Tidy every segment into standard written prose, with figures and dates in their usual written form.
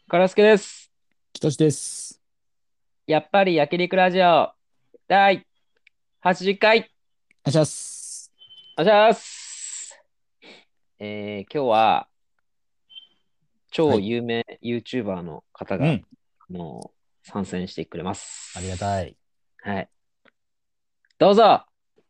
カラスケです。 きとしです。 やっぱり焼肉ラジオ第80回お願いします。 お願いします。今日は超はい。 有名 YouTuber の方が、 うん。 あの参戦してくれまありがたす。 い。 はい。どうぞ。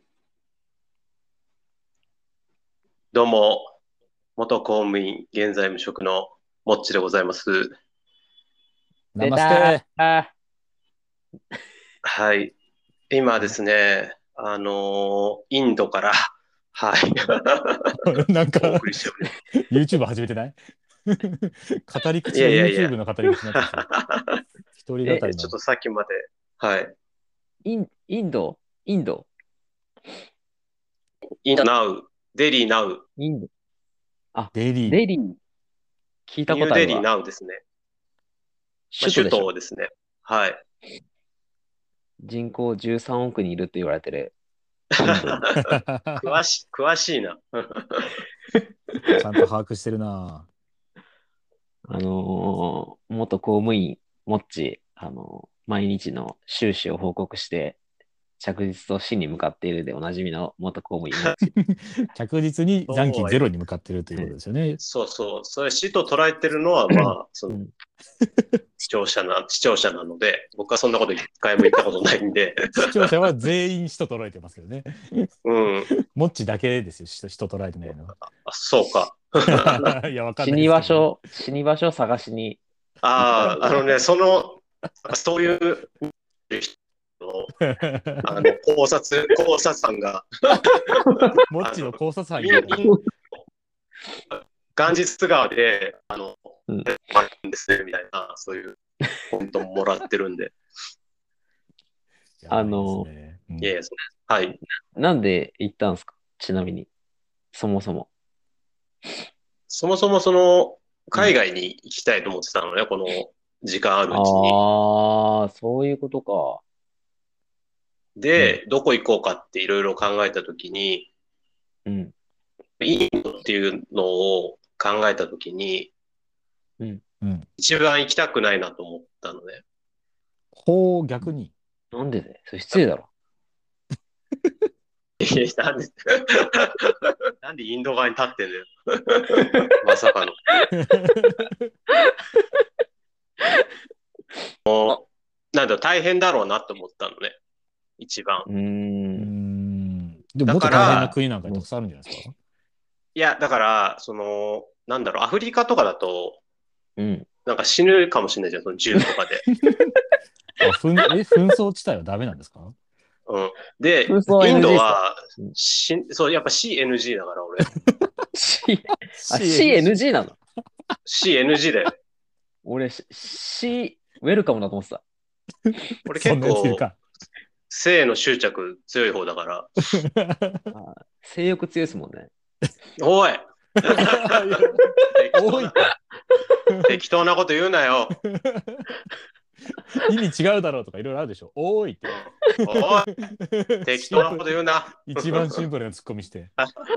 どうも、元公務員、現在無職のもっちでございます。 ナ出たマステー。 はい。今ですね、インドから、はい、 ー。なんおか送りしております。 YouTube 始めてない？語りい口がやいやいや、 YouTube の語り口になってきてる。一人語りの。 ちょっとさっきまで、はい、 インドインドナウ、デリーナウ、 インド。あ、 デイリー。 デリー、聞いたニューデリーことあるわ。 ナウですね。まあ、首首都でしょ？ 都ですね。はい。 人口13億人いると言われてるインドに。 詳しいな。 ちゃんと把握してるな。 元公務員、もっち、毎日の収支を報告して、着実と死に向かっているでおなじみの元公務員、もっち。 着実に残金そうゼロに向かってるということですよね。 そうそう。それ死と捉えてるのは、まあ、 うん。 視聴者なので、僕はそんなこと一回も言ったことないんで、 視聴者は全員使と捉えてますけどね。 うん。 もっちだけですよ、使と捉えてないのは。 あ、そうか。 いや、わかん死ないですけどね。 に場所、死に場所を探しに行ったら、 ああ、そういう人の、考察班が、 もっあの、 ちの考察班みん、 になってる。 みん、元日川で、 うん。 あるんですね、みたいな、そういうコメントももらってるんで。 やばいですあの、 ね。うん。 いやいや、はい。 なんで行ったんですか？ちなみに、そもそも。 そもそもうん。 海外に行きたいと思ってたのね、この時間あるうちに。 ああ、そういうことか。 うん。 で、どこ行こうかっていろいろ考えたときに、 うん。 インドっていうのを考えたときに、 うん。 うん。 一番行きたくないなと思ったのね。 ほう、逆に。 なんでそれ失礼だろ。 なんで、なんでインド側に立ってんだよ。まさかの。なんだ、大変だろうなと思ったのね。一番。 うーうーん。 ん。でもだもっと大変なから、 国なんかうん。 たくさんあるんじゃないですか？ いや、だから、なんだろう、アフリカとかだと、 うん。 なんか死ぬかもしれないじゃん、その銃とかで。 あ、紛争地帯はダメなんですか？ うん。で、 空想イン NG ですか？ ドは、 うん。 そう、やっぱ CNG だから俺。 C、あ、 CNG。 CNG なの？ CNG で。 俺、ウェルカムだと思ってた。 俺そんなやついる結構、 か。 性の執着強い方だから。 性欲強いですもんね。 おいいや多いって。 適当なこと言うなよ。 意味違うだろうとかいろいろあるでしょ。多いって。 おい適当なこと言うな。 一番シンプルなツッコミして。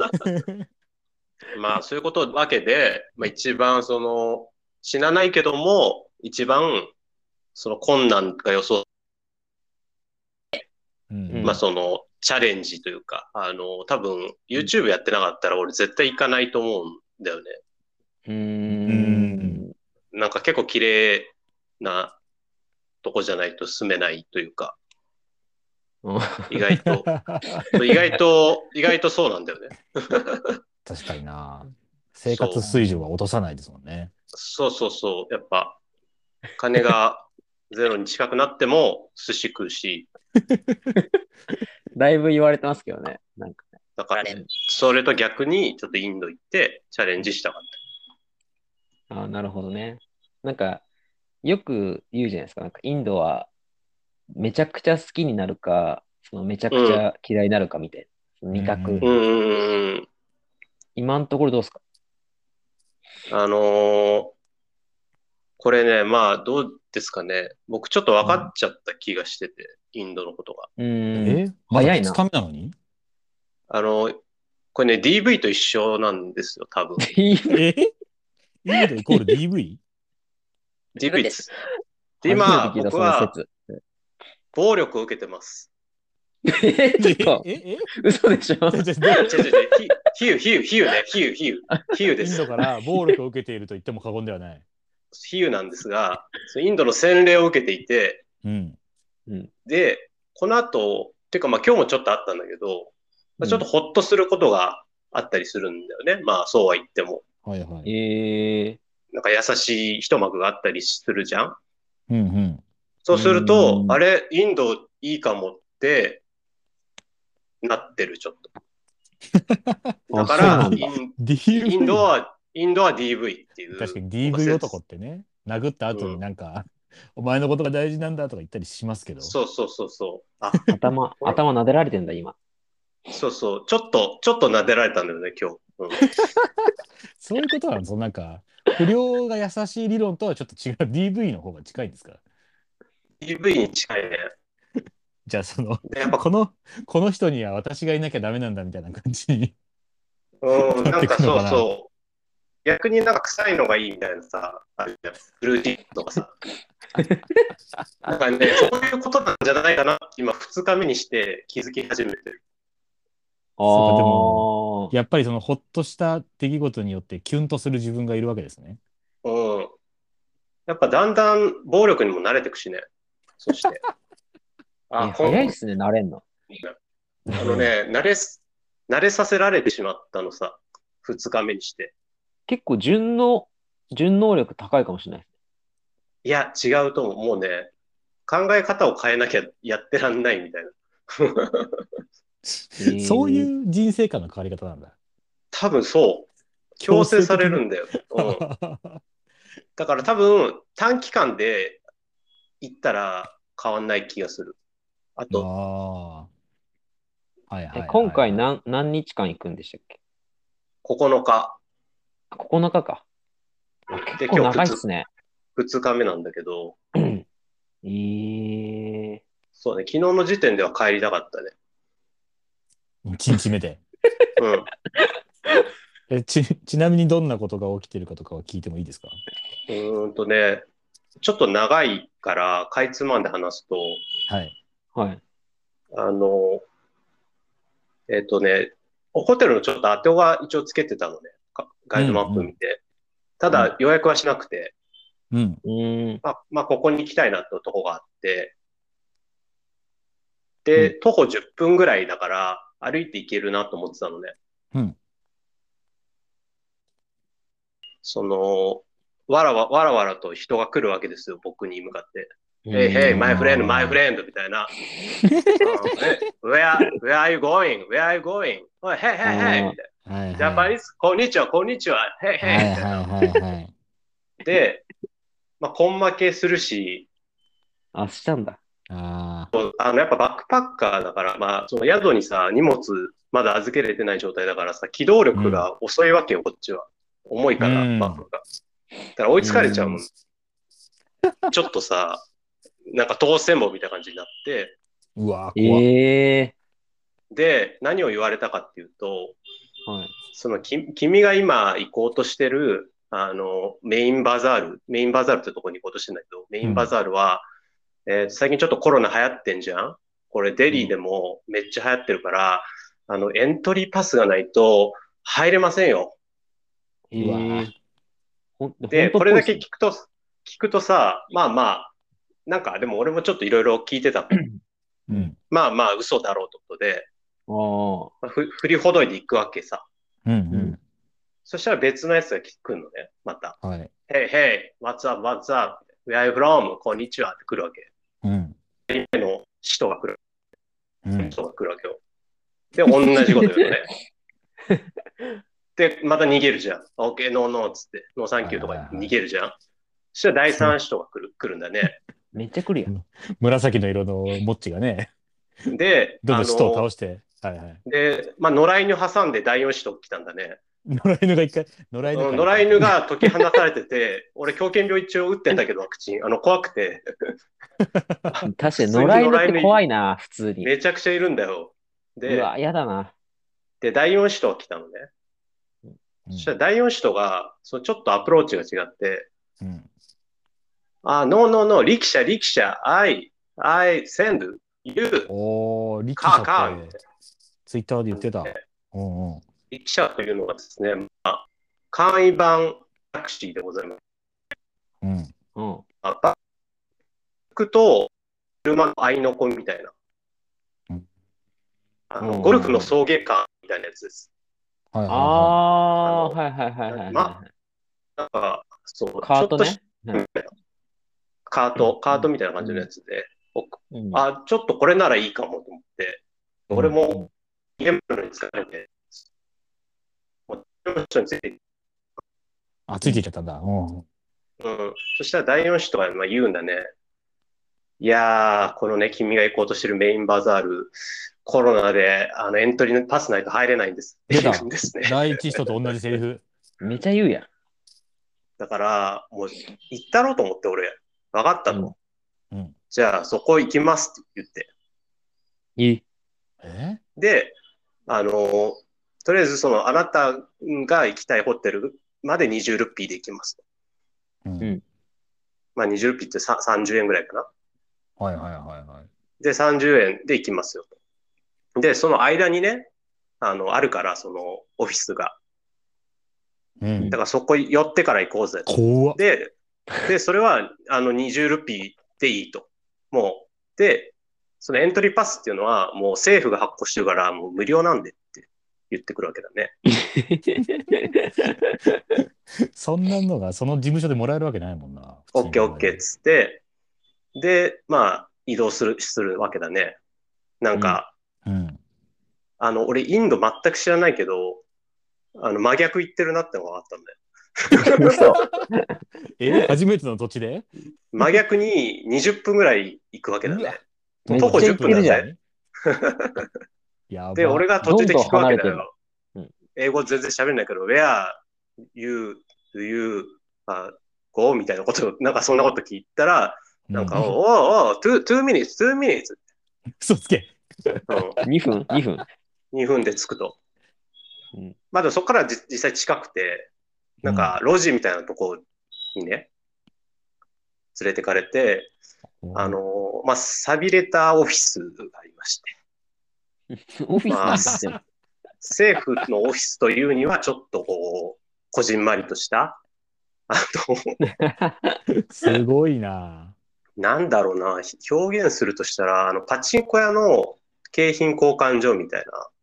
まあ、そういうことわけで、まあ一番死なないけども、一番その困難が予想、まあうん。 チャレンジというか、多分 YouTube やってなかったら俺絶対行かないと思うんだよね。 うーうん。 ん。 なんか結構綺麗なとこじゃないと住めないというか、意外と、意外とそうなんだよね。 確かにな。生活そう。 水準は落とさないですもんね。 そうそうそう。やっぱ、金がゼロに近くなっても寿司食うし、 だいぶ言われてますけどね。なんかね。 だからね、それと逆にちょっとインド行ってチャレンジしたかっあー、なるほどね。なんか、よく言うじゃないですか。なんか、インドはめちゃくちゃ好きになるか、そのめちゃた。うん。 くちゃ嫌いになるかみたいな。そのうんう二択。 うんん。 うんうん。 今のところどうですか？ あのーこれね、まあ、どうですかね。僕ちょっと分かっちゃった気がしてて、インドのことが。 うーん。 まだ2 早いな。 日目なのに？ あの、これね、DV と一緒なんですよ、多分。 インドイコール DV？ DV です。で、 初め今、 て聞いた僕はその説。 暴力を受けてます。 ちょっと、嘘でしょ。 違う違う違う、比喩でインドす。 から暴力を受けていると言っても過言ではない。 比喩なんですが、インドの洗礼を受けていて、 うん。 で、この後、てかまあ今日もちょっとあったんだけど、ちょっとほっとすることがあったりするんだよね。まあそうは言っても。 はいはい。 なんか優しい一幕があったりするじゃん。 うんうん。 そうすると、あれ、インドいいかもってなってる、ちょっと。だから、インドは DV っていう。 確かに DV 男ってね、殴った後になんか、お前のことが大事なんだとか言ったりしますけど。 そうそうそうそう。 頭撫でられてんだ、今。 そうそう。ちょっと撫でられたんだよね、今日。 そういうことなんですよ。なんか、不良が優しい理論とはちょっと違う DV の方が近いんですか？ DV に近いね。 じゃあこの人には私がいなきゃダメなんだみたいな感じになんかそうそう。逆になんか臭いのがいいみたいなさ、あるじゃん。ブルーチーズとかさ。なんかね、そういうことなんじゃないかな。今、2日目にして気づき始めてる。 そうか、でも、やっぱりそのほっとした出来事によってキュンとする自分がいるわけですね。 やっぱだんだん暴力にも慣れてくしね。そして。 早いっすね、慣れんの。 慣れさせられてしまったのさ。2日目にして。 結構順応力高いかもしれない。 いや、違うと思う。もうね、考え方を変えなきゃやってらんないみたいな。 そういう人生観の変わり方なんだ。 多分そう。強制されるんだよ。だから多分短期間で行ったら変わんない気がする。あと、 今回何日間行くんでしたっけ ？9日。 9日か。結構長いっすね。 2日目なんだけど。そうね、昨日の時点では帰りたかったね。 1日目で。ちなみにどんなことが起きてるかとかは聞いてもいいですか？ ちょっと長いからかいつまんで話すと、ホテルのちょっと当てが一応つけてたのね。ガイドマップ見て。ただ予約はしなくて、まあここに行きたいなってとこがあって、で、徒歩10分ぐらいだから歩いて行けるなと思ってたのね。わらわらと人が来るわけですよ、僕に向かって。Hey, my friend, my friend みたいな。Where are you going? Where are you going? Hey, hey, hey! みたいな。ジャパニーズ、こんにちは、こんにちは。Hey, hey! みたいな。で、まあ、根負けするし。 したんだ。 やっぱバックパッカーだから、まあ、その宿にさ、荷物まだ預けれてない状態だからさ、機動力が遅いわけよ、こっちは。重いから、バッグが。だから追いつかれちゃうもん。ちょっとさ、なんか当選簿みたいな感じになって。 うわ、怖い。 で、何を言われたかっていうと、君が今行こうとしてる、メインバザールってとこに行こうとしてんだけど、メインバザールは、最近ちょっとコロナ流行ってんじゃん？これデリーでもめっちゃ流行ってるから、エントリーパスがないと入れませんよ。で、これだけ聞くとさ、まあまあ、なんかでも俺もちょっといろいろ聞いてた。まあまあ嘘だろうってことで、振りほどいていくわけさ。そしたら別のやつが来るのね、また。Hey, hey, what's up, what's up? Where are you from? こんにちはって来るわけ。の人が来る。人が来るわけよ。で、同じこと言うのね。で、また逃げるじゃん。OK, no, no, つって、no, thank you とか逃げるじゃん。そしたら第三人が来るんだね。 めっちゃ来るやん。 紫の色のモッチがね。 で、 どんどん人を倒して。 で、まあ、野良犬挟んで第四使徒来たんだね。 野良犬が一回、 野良犬が解き放たれてて、俺狂犬病一応打ってんだけど、ワクチン。怖くて。 確かに野良犬って怖いな、普通に。 めちゃくちゃいるんだよ。で、 うわ、やだな。 で、第四使徒が来たのね。そしたら第四使徒が、ちょっとアプローチが違って、 No, no, no, 力車、I send you おー、力カ車ー、 って、ツイッターで言ってた。うんうん。 力車というのはですね、簡易版タクシーでございます。 うん。 バックと車の合いの子みたいな。ゴルフの送迎カーみたいなやつです。 はいはいはい。 なんか、そう、 カートね。 カートみたいな感じのやつで、ちょっとこれならいいかもと思って、俺もゲームに疲れて、ついていっちゃったんだ。 そしたら第4子とか言うんだね。いやー、このね、君が行こうとしてるメインバザール、コロナでエントリーのパスないと入れないんですって言うんですね。 第一人と同じセリフ。 めちゃ言うやん。 だから、もう行ったろうと思って俺、分かったと。じゃあそこ行きますって言って。で、とりあえずあなたが行きたいホテルまで20ルピーで行きますと。まあ20ルピーって30円ぐらいかな。で、30円で行きますよと。で、その間にね、あるから、オフィスが。だからそこ寄ってから行こうぜと。で、それは、20ルピーでいいと。もう、で、そのエントリーパスっていうのは、もう政府が発行してるから、もう無料なんでって言ってくるわけだね。 そんなのが、その事務所でもらえるわけないもんな。 オッケーっつって、で、まあ、移動するわけだね。なんか、俺、インド全く知らないけど、真逆言ってるなってのがあったんだよ。 初めての土地で真逆に20分ぐらい行くわけだね。 徒歩10分だぜ。 で、俺が途中で聞くわけだよ。英語全然喋れないけど、Where do you go? みたいなことを、なんかそんなこと聞いたら、なんか、2 minutes。 嘘つけ。 2分 ?2 分で着くと。まあでもそこから実際近くて、なんか路地みたいなとこにね、連れてかれて、まあ、寂れたオフィスがありまして。 オフィスなんですよ。 政府のオフィスというにはちょっとこう、こじんまりとした、 すごいな。 なんだろうな、表現するとしたら、パチンコ屋の景品交換所みたいな。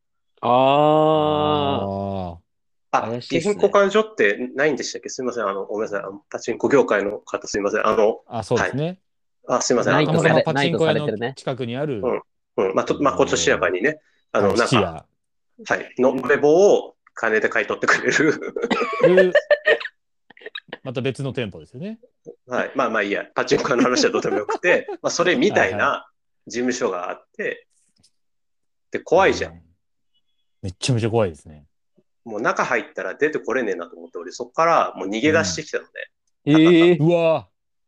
景品交換所ってないんでしたっけ？すみません。ごめんなさい。パチンコ業界の方すみません。 そうですね。 すみません。 たまたまパチンコ屋の近くにある。 まことしやかにね。なんか、のべ棒を金で買い取ってくれる。 また別の店舗ですよね。 はい。まあいいや。パチンコ屋の話はどうでもよくて、それみたいな事務所があって、で、怖いじゃん。 めちゃめちゃ怖いですね。 もう中入ったら出てこれねえなと思って、俺そこからもう逃げ出してきたので。 うわ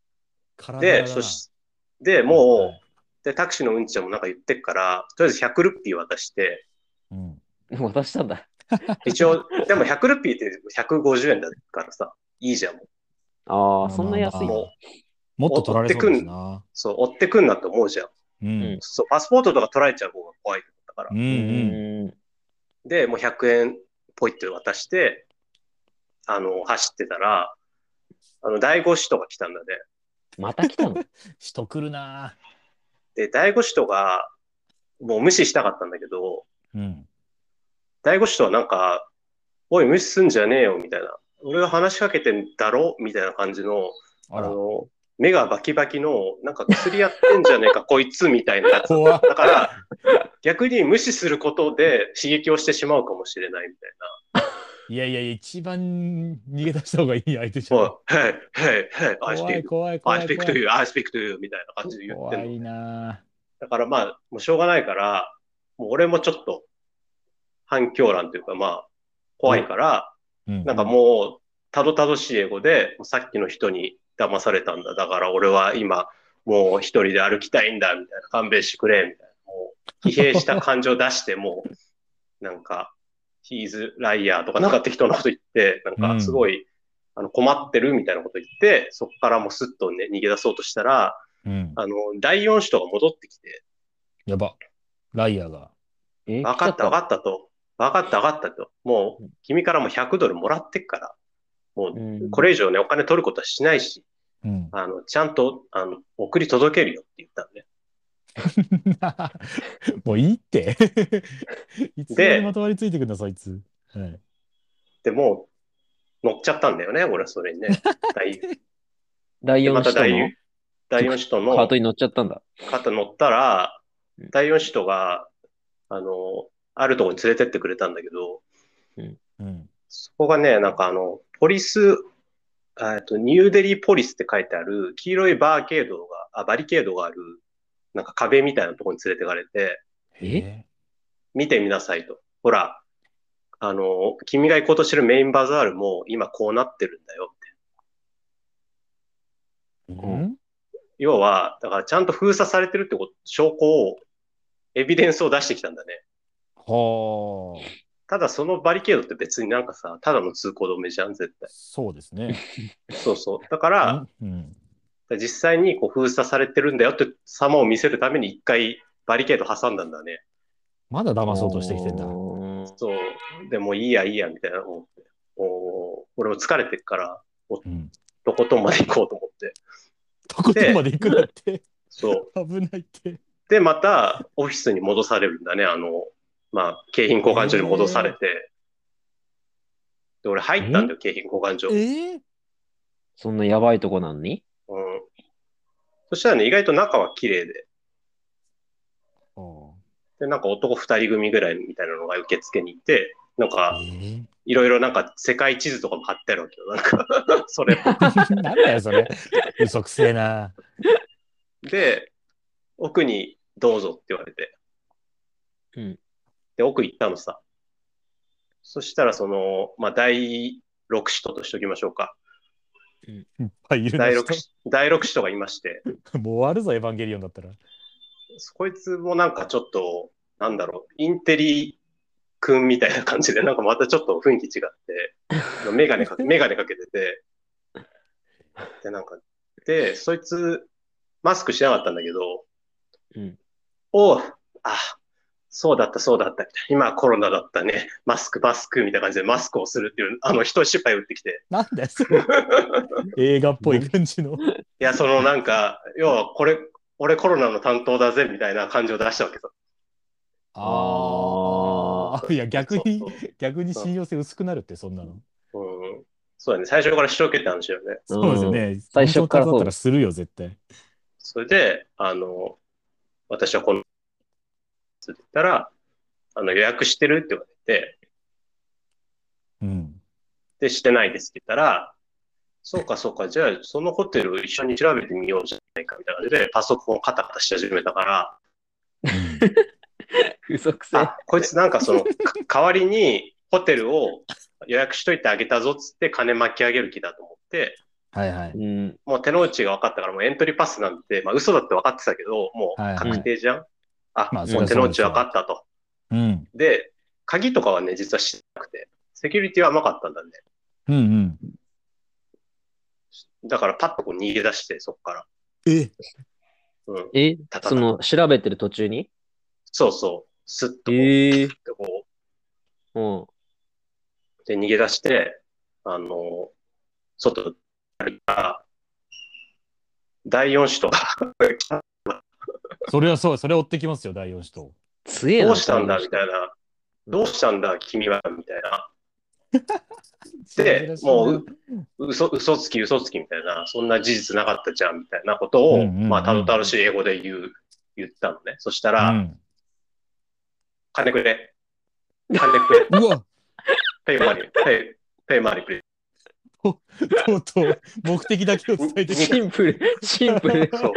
で、もう、で、タクシーのうんちゃんもなんか言ってっから、とりあえず100ルピー渡して、 渡したんだ。 一応、でも100ルピーって150円だからさ、いいじゃん。 そんな安いの？ もっと取られそうですな。 そう、追ってくんなって思うじゃん。そう、パスポートとか取られちゃう方が怖いだから。で、もう100円ポイって渡して、走ってたら、第5使徒が来たんだね。 また来たの？ 人来るな。 で、第5使徒が、もう無視したかったんだけど、第5使徒はなんか、おい、無視すんじゃねえよ、みたいな。俺が話しかけてんだろみたいな感じの、目がバキバキの、なんか薬やってんじゃねえか、こいつ、みたいなやつ。だから、逆に無視することで刺激をしてしまうかもしれないみたいな。 いや、一番逃げ出した方がいい相手じゃん。 怖い。I speak to you みたいな感じで言ってんの。 怖いな。 だからまあ、もうしょうがないから、もう俺もちょっと反響欄というかまあ、怖いから、なんかもう、たどたどしい英語で、さっきの人に騙されたんだ。だから俺は今、もう一人で歩きたいんだ、みたいな。勘弁してくれ、みたいな。もう、疲弊した感情出して、もう、なんか、He's liar とかなんか適当なこと言って、なんかすごい困ってるみたいなこと言って、そこからもうスッとね、逃げ出そうとしたら、第4使徒が戻ってきて、 やば。ライアーが。 分かった分かったと。分かった分かったと。もう、君からも100ドルもらってっから、もう、これ以上ね、お金取ることはしないし、ちゃんと、送り届けるよって言ったのね。 もういいって。いつまでまとわりついてくんだ、そいつ。はい。 でもう、乗っちゃったんだよね、俺はそれにね。 第4使徒の第4使徒のカートに乗っちゃったんだ。 カートに乗ったら、第4使徒が、あるところに連れてってくれたんだけど、そこがね、なんかポリス、ニューデリーポリスって書いてある黄色いバリケードがある、なんか壁みたいなところに連れてかれて、見てみなさいと。ほら、君が行こうとしてるメインバザールも今こうなってるんだよって。要は、だからちゃんと封鎖されてるってこと、証拠を、エビデンスを出してきたんだね。ただそのバリケードって別になんかさ、ただの通行止めじゃん、絶対。 そうですね。 そうそう。だから、実際にこう封鎖されてるんだよって様を見せるために一回バリケード挟んだんだね。 まだ騙そうとしてきてんだ。 そう。でもいいやいいやみたいな思って。俺も疲れてるから、とことんまで行こうと思って。 とことんまで行くなって。 そう。 危ないって。 で、またオフィスに戻されるんだね。景品交換所に戻されて。で、俺入ったんだよ、景品交換所。 そんなやばいとこなのに？ そしたらね、意外と中は綺麗で。で、なんか男2人組ぐらいみたいなのが受付にいて、なんか、いろいろなんか世界地図とかも貼ってあるわけよ。なんかそれ。 なんだよ、それ。嘘くせえな。 で、奥にどうぞって言われて。で、奥行ったのさ。そしたら、第6使徒としておきましょうか。 いっぱいいるな。 第6使徒がいまして。 もう終わるぞ、エヴァンゲリオンだったら。 こいつもなんかちょっと、なんだろう、インテリくんみたいな感じで、なんかまたちょっと雰囲気違って、メガネかけてて、で、そいつ、マスクしなかったんだけど、そうだった、みたいな。今コロナだったね。マスク、みたいな感じでマスクをするっていう、一芝居打ってきて。 なんだよ、それ。映画っぽい感じの。 いや、なんか、要は、俺コロナの担当だぜ、みたいな感じを出したわけさ。 いや、逆に信用性薄くなるって、そんなの。 そうだね。最初からしとけって話だよね。 そうですよね。 最初からだったらするよ、絶対。 それで、私はこの、って言ったら、予約してるって言われて、で、してないですって言ったら、そうか、じゃあ、そのホテルを一緒に調べてみようじゃないかみたいな感じで、パソコンをカタカタし始めたから、 嘘くせえ。 こいつなんか代わりにホテルを予約しといてあげたぞっつって金巻き上げる気だと思って、もう手の内が分かったから、もうエントリーパスなんて、嘘だって分かってたけど、もう確定じゃん。もう手の内分かったと。で、鍵とかはね、実はしなくて、セキュリティは甘かったんだね。だからパッとこう逃げ出して、そっから。 調べてる途中に？ そうそう。スッとこう。で、逃げ出して、外歩いたら、第4使徒がそれはそう、それ追ってきますよ、第4使徒。 どうしたんだみたいな。どうしたんだ君はみたいな。で、もう、嘘つきみたいな、そんな事実なかったじゃんみたいなことを、たどたどしい英語で言ったのね。そしたら、金くれ。うわペイマニプレイ。 とうとう、目的だけを伝えてシンプル。 そう。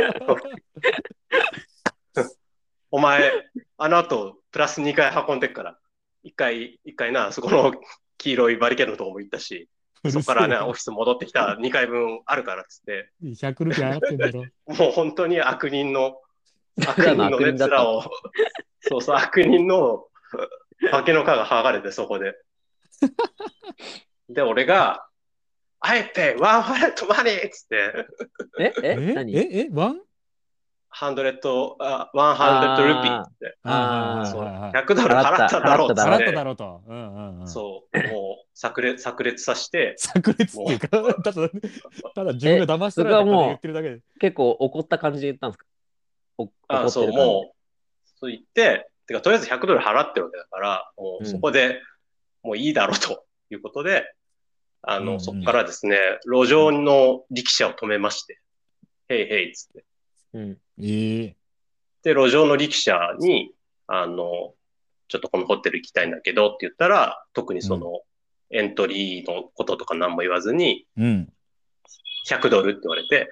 お前、あの後、プラス2回運んでっから、1回な、そこの黄色いバリケードのとこも行ったし、そこからね、オフィス戻ってきた2回分あるからっつって。 100ルピー払ってんだろ。 もう本当に悪人のね、面を、そう、悪人の化けの皮が剥がれて、そこで。で、俺が、 I pay 100 money! っつって、 何ワン 100、100ルピーって。そう、100ドル払っただろうっつって。 払っただろうと。 そう、もう炸裂させて。 炸裂っていうか、ただ自分が騙してられたから言ってるだけで。 結構怒った感じで言ったんですか？ そう、もう、そう言って、てか、とりあえず100ドル払ってるわけだから、もうそこでもういいだろうということで、そこからですね、路上の力車を止めまして、へいへいっつって。で、路上の力車に、ちょっとこのホテル行きたいんだけどって言ったら、特にその、エントリーのこととか何も言わずに、100ドルって言われて、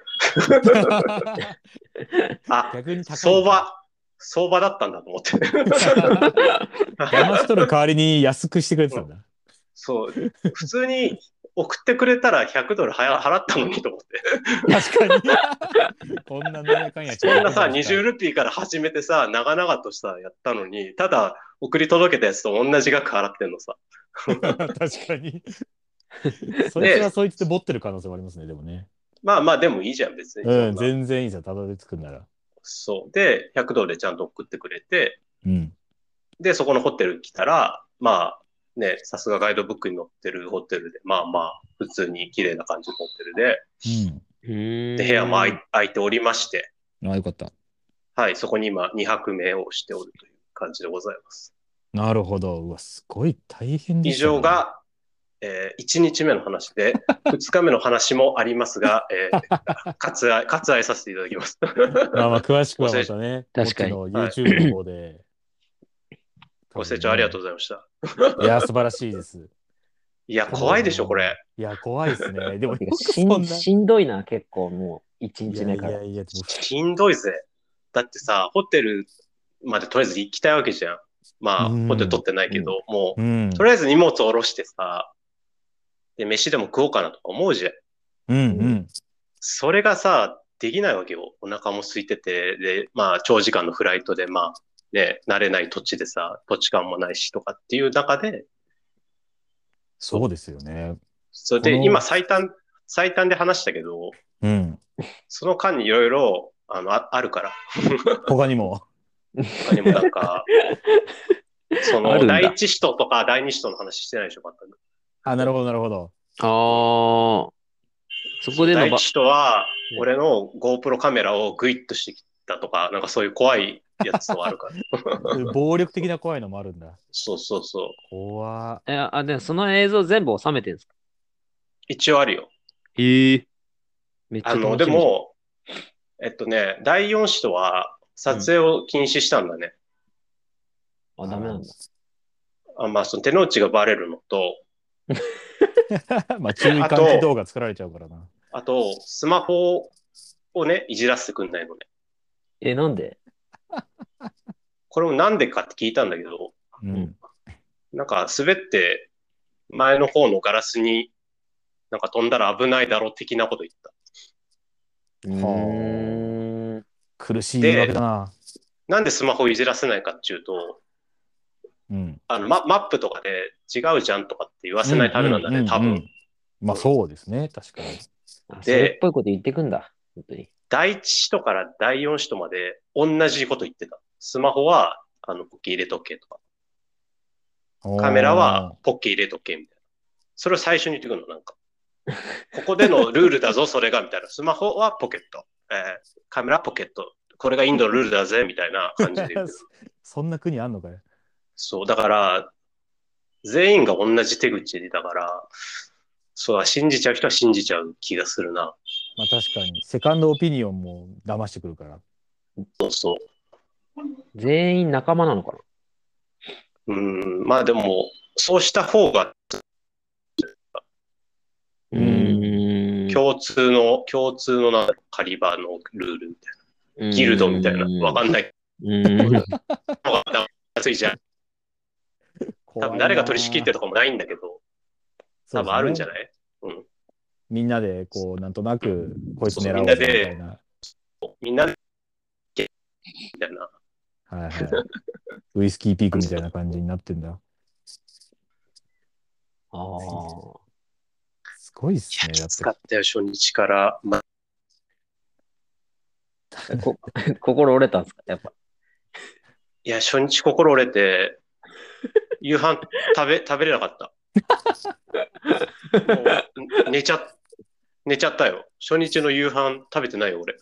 相場だったんだと思って。 騙し取る代わりに安くしてくれてたんだ。 そう。普通に送ってくれたら100ドル払ったのにと思って。 確かに。こんな何かんや。 そんなさ、20ルピーから始めてさ、長々とさ、やったのに、ただ送り届けたやつと同じ額払ってんのさ。 確かに。そいつはそいつで持ってる可能性もありますね、でもね。 まあでもいいじゃん、別に。 全然いいじゃん、たどり着くんなら。 そう。で、100ドルでちゃんと送ってくれて、 うん、 で、そこのホテル来たら、まあね、さすがガイドブックに載ってるホテルで、まあ、普通に綺麗な感じのホテルで、で、部屋も空いておりまして、 よかった。 はい、そこに今2泊目をしておるという感じでございます。 なるほど。うわ、すごい大変でしたね。 以上が、1日目の話で、2日目の話もありますが、割愛させていただきます。 まあ、詳しくはまたね、 確かに。 YouTube の方で。 ご清聴ありがとうございました。 いや、素晴らしいです。 いや、怖いでしょ、これ。 いや、怖いですね。でもしんどいな、結構もう、1日目から。 しんどいぜ。だってさ、ホテルまでとりあえず行きたいわけじゃん。まあ、ホテル取ってないけど、もう、とりあえず荷物下ろしてさ、で、飯でも食おうかなとか思うじゃん。それがさ、できないわけよ。お腹も空いてて、で、まあ、長時間のフライトで、まあ、ね、慣れない土地でさ、土地感もないしとかっていう中で。 そうですよね。 それで、今最短で話したけど、その間にいろいろ、あるから。 他にもなんか、その、第一使徒とか第二使徒の話してないでしょ、全く。 なるほど、なるほど。 そこでの第一使徒は、俺の GoPro カメラをグイッとしてきたとか、なんかそういう怖いやつとあるから。 暴力的な怖いのもあるんだ。 そう。 怖でもその映像全部収めてるんですか？ 一応あるよ。 めっちゃ楽しみ。 でも、第4使徒は撮影を禁止したんだね。 ダメなんだ。 まあ、その手の内がバレるのと、 まあ、注意喚起動画作られちゃうからな。 あと、スマホをね、いじらせてくんないのね。 なんで？ これもなんでかって聞いたんだけど、なんか滑って前の方のガラスになんか飛んだら危ないだろう的なこと言った。 苦しい言い訳だな。 なんでスマホいじらせないかっていうと、マップとかで違うじゃんとかって言わせないためなんだね、多分。 まあそうですね、確かに。 それっぽいこと言ってくんだ、本当に。 第1使徒から第4使徒まで同じこと言ってた。スマホはポッケ入れとけとか。カメラはポッケ入れとけみたいな。それを最初に言ってくるの、なんか。ここでのルールだぞ、それが、みたいな。スマホはポケット。カメラはポケット。これがインドのルールだぜ、みたいな感じで言ってる。 そんな国あんのかよ。 そう、だから、全員が同じ手口だから、そう、信じちゃう人は信じちゃう気がするな。 まあ確かに、セカンドオピニオンも騙してくるから。 そう。 全員仲間なのかな？ まあでも、そうした方が、共通のカリバーのルールみたいな。ギルドみたいな。わかんない。ついじゃん。多分誰が取り仕切ってるとかもないんだけど、多分あるんじゃない？ みんなで、こう、なんとなく、こいつ狙おうみたいな。 みんなで、みたいな。 はいはい。ウイスキーピークみたいな感じになってんだ。 すごいっすいや、 ね。 きだってつかったよ、初日から。 心折れたんですかやっぱ。 いや、初日心折れて、夕飯食べれなかった。もう、寝ちゃったよ。初日の夕飯食べてないよ、俺。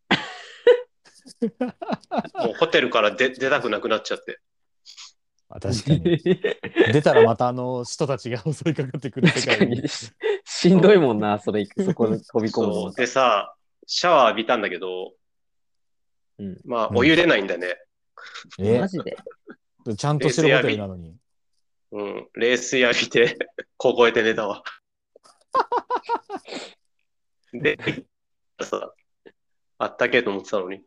もうホテルから出たくなくなっちゃって。 確かに。出たらまた人たちが襲いかかってくる世界に。 しんどいもんな、そこで飛び込むの。 でさ、シャワー浴びたんだけど、まあ、お湯出ないんだね。 マジでちゃんとしてるホテルなのに。 冷水浴びて、凍えて寝たわ。で、さ、あったけえと思ってたのに。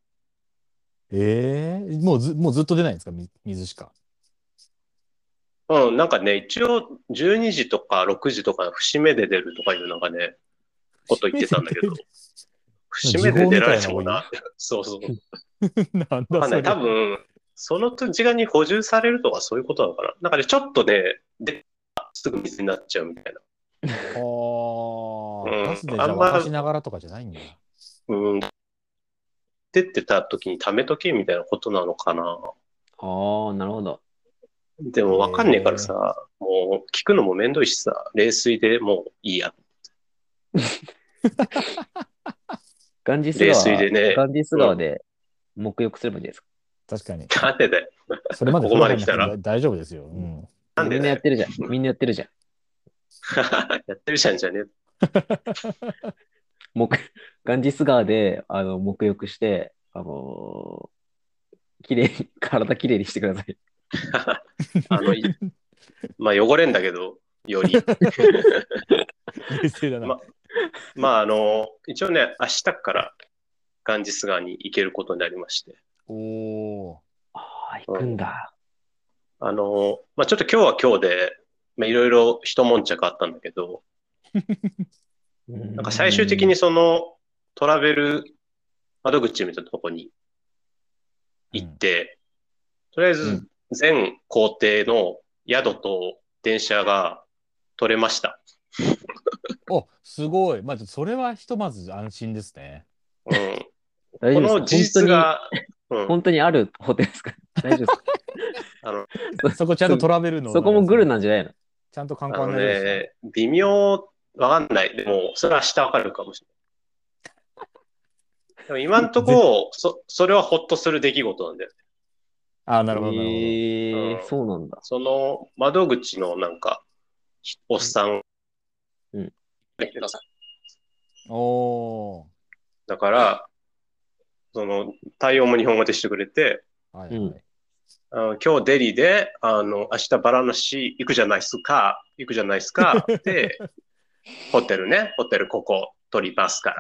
もうずっと出ないんですか、水しか。 なんかね、一応12時とか6時とか節目で出るとかいうなんかね、こと言ってたんだけど、節目で出られてもな。そうそう。 なんだそれ。 多分、その時間に補充されるとかそういうことなのかな。なんかね、ちょっとね、すぐ水になっちゃうみたいな。 ガスでじゃあ沸かしながらとかじゃないんだ。 出てた時に溜めとけみたいなことなのかな。 なるほど。 でもわかんねえからさ、もう聞くのもめんどいしさ、冷水でもういいや。 ガンジス川で沐浴すればいいですか。 確かに。 なんでだよ。 それまでここまで来たら大丈夫ですよ。 なんでみんなやってるじゃん。 やってるじゃんじゃねえ。 ガンジス川で沐浴して、体きれいにしてください。 まあ汚れんだけど、より。 冷静だな。 まあ一応ね、明日からガンジス川に行けることになりまして。 行くんだ。 まあちょっと今日は今日で、いろいろ一悶着あったんだけど、なんか最終的にそのトラベル窓口みたいなとこに行って、とりあえず全行程の宿と電車が取れました。 すごい。まずそれはひとまず安心ですね。 この事実が、 本当にあるホテルですか？大丈夫ですか？ そこちゃんとトラベルの。 そこもグルなんじゃないの？ ちゃんと観光案内ですね。微妙、わかんない。でも、それは明日わかるかもしれない。でも今んとこ、それはほっとする出来事なんだよね。 なるほど。 そうなんだ。 その窓口のなんか、おっさん。だから、対応も日本語でしてくれて、今日デリで、明日バラナシ行くじゃないっすかで、ホテルここ取りますから。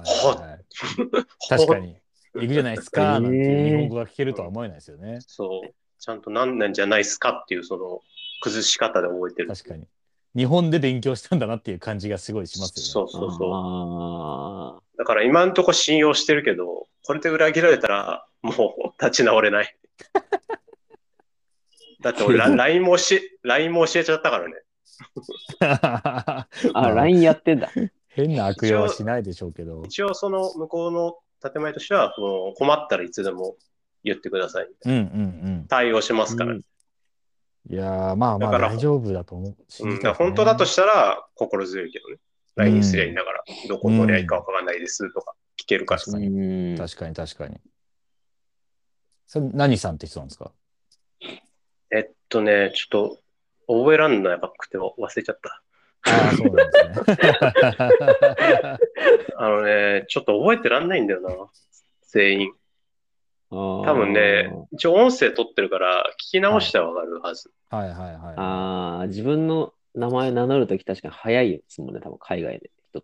確かに。行くじゃないっすかなんていう日本語が聞けるとは思えないですよね。 そう。ちゃんと何なんじゃないっすかっていうその崩し方で覚えてる。 確かに。日本で勉強したんだなっていう感じがすごいしますよね。 そう。だから今んとこ信用してるけど、これで裏切られたらもう立ち直れない。だって俺 LINE も教えちゃったからね。 LINE やってんだ。 変な悪用はしないでしょうけど。 一応その向こうの建前としては、困ったらいつでも言ってくださいみたいな。対応しますから。 いやまあ大丈夫だと思う。 本当だとしたら心強いけどね。LINE すりゃいいんだから、どこ乗りゃいいかわからないですとか聞けるからさ。 確かに。それ何さんって人なんですか？ ちょっと覚えらんなくて忘れちゃった。 そうなんですね。 ちょっと覚えてらんないんだよな、全員。多分ね、一応音声取ってるから聞き直してはわかるはず。 自分の名前名乗るとき確かに早いですもんね、多分海外で人って。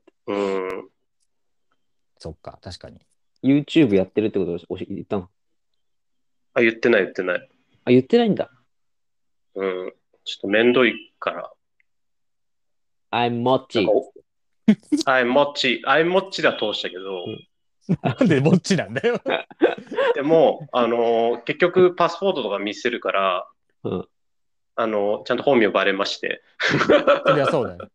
そっか、確かに。 YouTube やってるってことを言ったの？ 言ってない。 言ってないんだ。 ちょっとめんどいから。 I'm Mochi。 I'm Mochi だ通したけど。 なんでモッチなんだよ。 でも、結局パスポートとか見せるから、 ちゃんと本名バレまして。 そりゃそうだよ。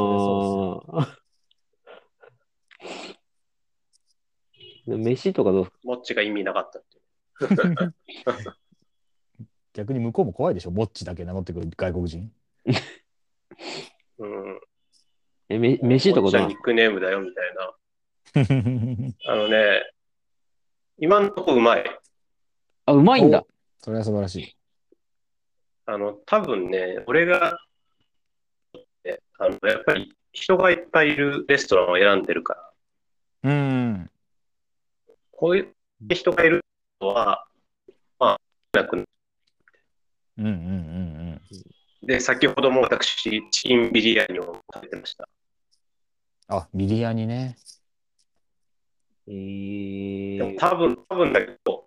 飯とかどうですか？ モッチが意味なかったって。 逆に向こうも怖いでしょ、モッチだけ名乗ってくる外国人。 うん。 飯とかどうなんニックネームだよみたいな。今のとこうまい。 あ、うまいんだ。 それは素晴らしい。 多分ね、俺が、やっぱり人がいっぱいいるレストランを選んでるから。こういう人がいるのは、まあ、なく。で、先ほども私、チキンビリヤニを食べてました。 あ、ビリヤニね。 でも多分だけど、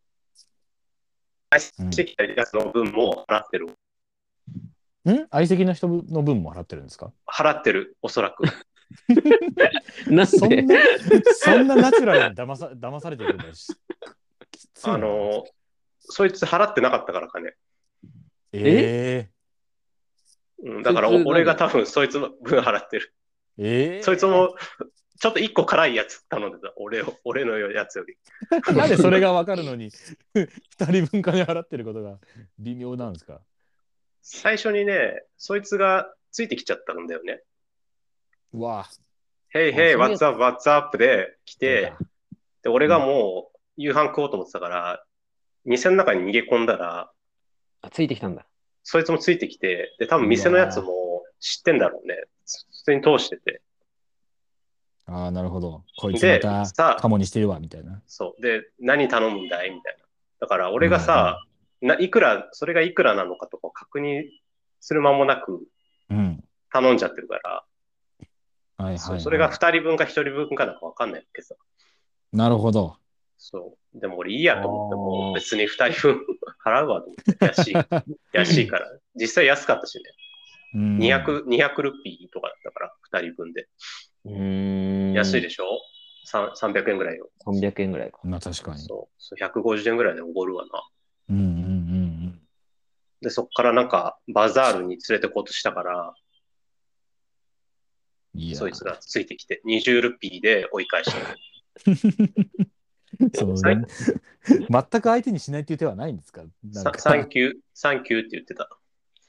相席してきたやつの分も払ってる。 相席の人の分も払ってるんですか？ 払ってる、おそらく。 なんでそんなナチュラルに騙されてるんだし。 そいつ払ってなかったから金。だから俺が多分そいつの分払ってる。そいつもちょっと一個辛いやつ頼んでた。俺のやつより。 なんでそれが分かるのに2人分金払ってることが微妙なんですか？ 最初にね、そいつがついてきちゃったんだよね。 うわ。 Hey, hey, what's up, what's up で来て、で、俺がもう夕飯食おうと思ってたから、店の中に逃げ込んだら、 ついてきたんだ。 そいつもついてきて、で、多分店のやつも知ってんだろうね。普通に通してて。 ああ、なるほど。こいつまたカモにしてるわ、みたいな。 そう。で、何頼むんだいみたいな。だから俺がさ、それがいくらなのかとか確認する間もなく、頼んじゃってるから、それが2人分か1人分かなんか分かんないわけさ。 なるほど。 そう。でも俺いいやと思っても、別に2人分払うわと思って。安いから。実際安かったしね。200ルピーとかだったから、2人分で。安いでしょ ?300 円ぐらいよ。 300円ぐらいか。 まあ確かに。 そう。150円ぐらいでおごるわな。で、そっからなんか、バザールに連れてこうとしたから、そいつがついてきて、20ルピーで追い返した。 全く相手にしないっていう手はないんですか？ サンキューって言ってた。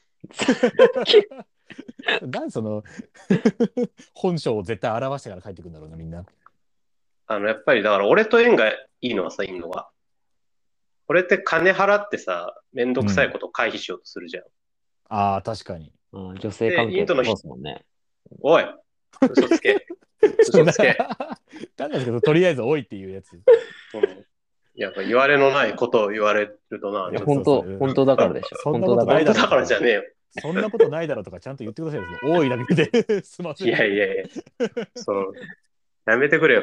なんその本性を絶対表してから帰ってくるんだろうな、みんな。 やっぱりだから俺と縁がいいのはさ、いいのは。俺って金払ってさ、めんどくさいことを回避しようとするじゃん。 ああ、確かに。 女性関係ってそうですもんね。 おい、嘘つけ。嘘つけ。 なんですけど、とりあえず多いっていうやつ。 やっぱ言われのないことを言われるとな。 本当だからでしょ。 そんなことないだろ。 だからじゃねえよ。 そんなことないだろうとかちゃんと言ってくださいよ。多いだけで済ませる。 いや。やめてくれよ。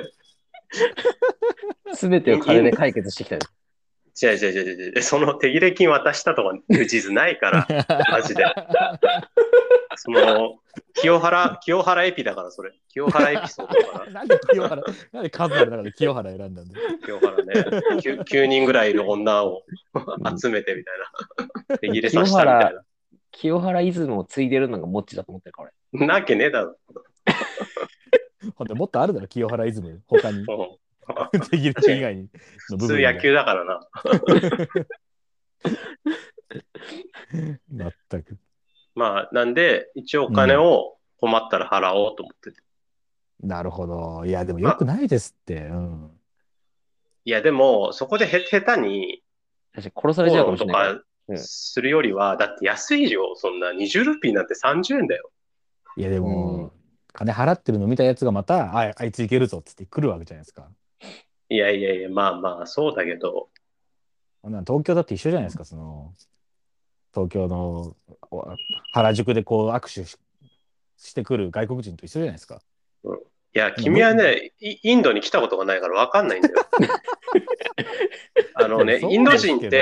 すべてを金で解決してきた。 違う。その手切れ金渡したとかいう事実ないから、マジで。その、清原エピだから、それ。清原エピソードだから。 なんで数ある中で清原選んだんだよ。 清原ね。9人ぐらいいる女を集めてみたいな。手切れさせたみたいな。 清原イズムを継いでるのがモッチだと思ってるから。 なわけねえだろ。 ほんともっとあるだろ、清原イズム。他に。手切れ以外にの部分。普通野球だからな。 全く。 まあ、なんで、一応お金を困ったら払おうと思ってて。 なるほど。いや、でもよくないですって。 いや、でも、そこで下手に、 殺されちゃうかもしれない。 するよりは、だって安いよ。そんな20ルピーなんて30円だよ。 いや、でも、金払ってるの見たやつがまた、あいついけるぞって来るわけじゃないですか。 いや、まあ、そうだけど。 東京だって一緒じゃないですか、東京の原宿でこう握手してくる外国人と一緒じゃないですか。 いや、君はね、インドに来たことがないから分かんないんだよ。インド人って、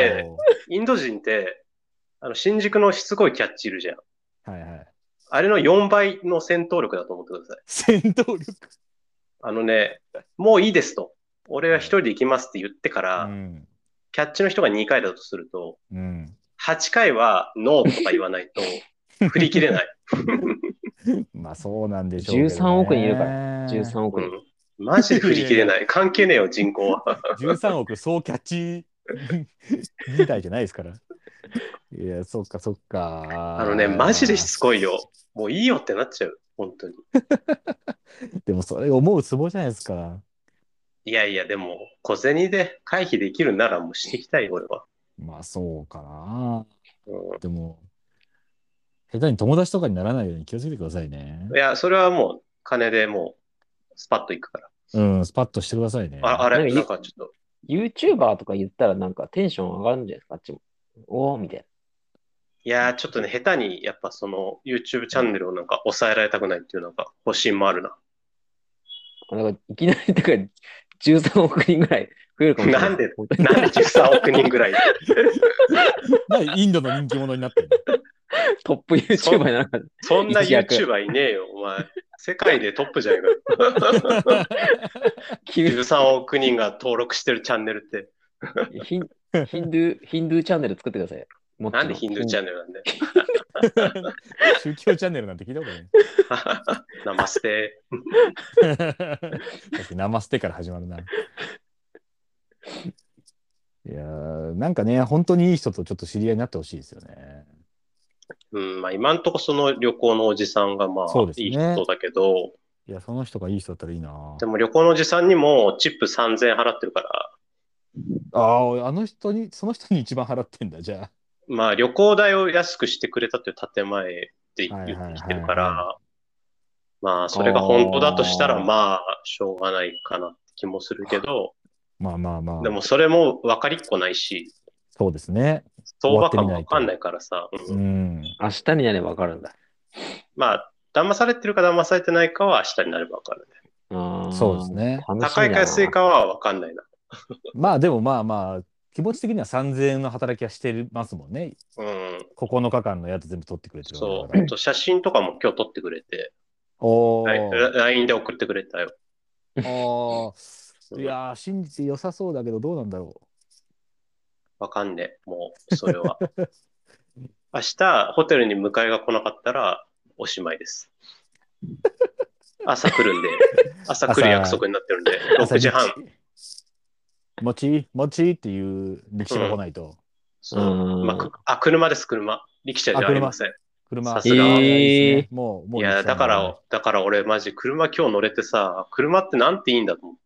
新宿のしつこいキャッチいるじゃん。 はいはい。 あれの4倍の戦闘力だと思ってください。 戦闘力もういいですと。俺は一人で行きますって言ってから、キャッチの人が2回だとすると、 8回はノーとか言わないと振り切れない。 まあそうなんでしょうけど、ね。 13億人いるから。13億人。 マジで振り切れない。関係ねえよ、人口は。 13億総キャッチ時代じゃないですから。いや、そっかそっか。 マジでしつこいよ。もういいよってなっちゃう。本当に。 でもそれ思うツボじゃないですか。 いやいや、でも、小銭で回避できるならもうしていきたい、俺は。 まあそうかな。でも、下手に友達とかにならないように気をつけてくださいね。 いや、それはもう、金でもう、スパッといくから。 スパッとしてくださいね。 あれ、なんかちょっと。 YouTuber とか言ったらなんかテンション上がるんじゃないですか、あっちも。おー、みたいな。 いやー、ちょっとね、下手に、やっぱその、YouTube チャンネルをなんか抑えられたくないっていうのが、方針もあるな。 なんかいきなり、だから13億人ぐらい増えるかもしれない。 なんで13億人ぐらいインドの人気者になってるトップ YouTuber にならない。 そんな YouTuber いねえよ、お前。世界でトップじゃないか。13億人が登録してるチャンネルって。 ヒンドゥーチャンネル作ってください。 なんでヒンドゥーチャンネルなんだよ。 宗教チャンネルなんて聞いたことない。 ナマステ。 ナマステから始まるな。いやー、なんかね、本当にいい人とちょっと知り合いになってほしいですよね。 まあ今んとこその旅行のおじさんがまあ、ね、いい人だけど。 いや、その人がいい人だったらいいな。 でも旅行のおじさんにもチップ3000円払ってるから。 その人に一番払ってんだ、じゃあ。 まあ旅行代を安くしてくれたという建前で言ってきてるから、まあそれが本当だとしたらまあしょうがないかなって気もするけど、 まあ。 でもそれも分かりっこないし、 そうですね。 相場感も分かんないからさ。 明日になれば分かるんだ。 まあ、騙されてるか騙されてないかは明日になれば分かるね。そうですね。 高いか安いかは分かんないな。 まあでもまあ、気持ち的には3000円の働きはしてますもんね。9日間のやつ全部取ってくれてる。 そう。写真とかも今日撮ってくれて。LINE で送ってくれたよ。 いやー、信じて良さそうだけど、どうなんだろう。 わかんねえ、もう、それは。明日、ホテルに迎えが来なかったら、おしまいです。朝来るんで、朝来る約束になってるんで、6時半。 もちっていう力士が来ないと。 車です、車。力士じゃありません。 車。 さすが。 もう。 いや、だから俺マジ車今日乗れてさ、車ってなんていいんだと思って。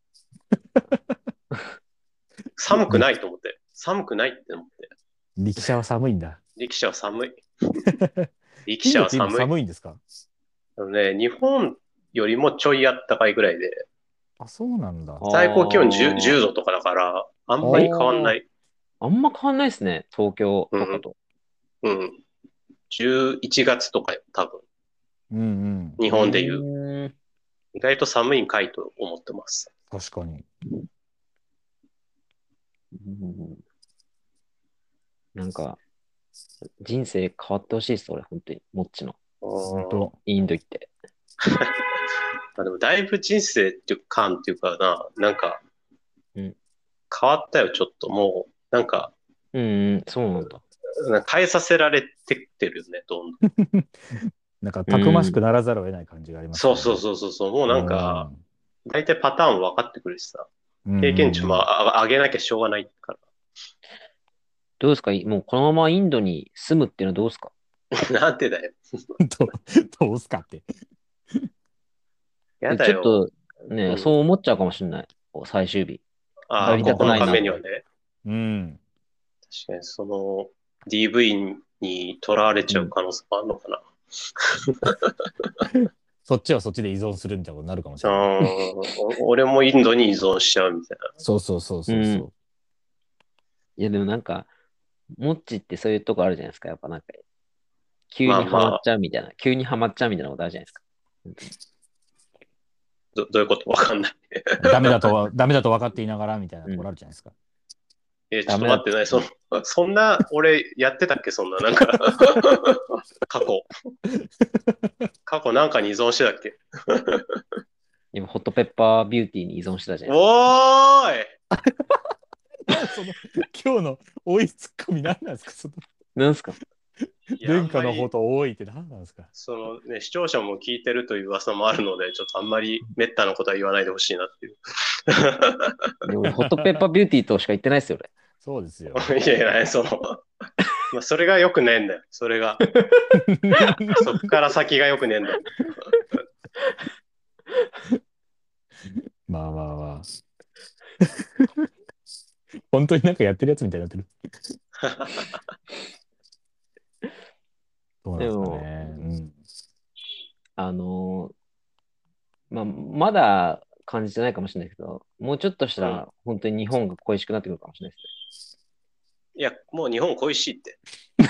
寒くないと思って。寒くないって思って。 力士は寒いんだ。 力士は寒い。力士は寒い。 寒いんですか？ 日本よりもちょいあったかいぐらいで。 あ、そうなんだ。 最高気温 10度とかだから、あんまり変わんない。 あんま変わんないですね、東京とかと。 11月とかよ、多分。日本でいう。意外と寒いんかいと思ってます。 確かに。 なんか、人生変わってほしいです、俺、本当に、もっちの。 本当。 インド行って。 でも、だいぶ人生っていう感っていうかな、なんか、変わったよ、ちょっと。もう、なんか、 そうなんだ。 変えさせられてってるよね、どんどん。 なんか、たくましくならざるを得ない感じがありますね。そう。もうなんか、大体パターン分かってくるしさ。経験値も上げなきゃしょうがないから。 どうですか？もうこのままインドに住むっていうのはどうですか？ なんでだよ。 どうすかって。 やだよ。 ちょっとね、そう思っちゃうかもしれない。最終日。 帰りたくないな。9日目にはね。確かにその DV にとらわれちゃう可能性もあるのかな。 そっちはそっちで依存するみたいなことになるかもしれない。 俺もインドに依存しちゃうみたいな。 そう。 いやでもなんか、モッチってそういうとこあるじゃないですか。やっぱなんか、急にハマっちゃうみたいな。急にハマっちゃうみたいなことあるじゃないですか。 どういうことわかんない。 ダメだと分かっていながらみたいなところあるじゃないですか。 ちょっと待ってない。そんな、俺やってたっけそんな、なんか過去なんかに依存してたっけ今、ホットペッパービューティーに依存してたじゃん。 おーい今日の多いツッコミ何なんですか、そのなんすか？ 殿下のこと多いって何なんですか。 そのね、視聴者も聞いてるという噂もあるので、ちょっとあんまり滅多なことは言わないでほしいなっていう。 でもホットペッパービューティーとしか言ってないですよ、俺。 そうですよ。 いやいや、まあそれが良くねえんだよ。それが。そっから先が良くねえんだよ。 まあまあまあ。本当になんかやってるやつみたいになってる。そうなんですかね。うん。 まだ感じてないかもしれないけど、もうちょっとしたら、本当に日本が恋しくなってくるかもしれないですね。 いや、もう日本恋しいって。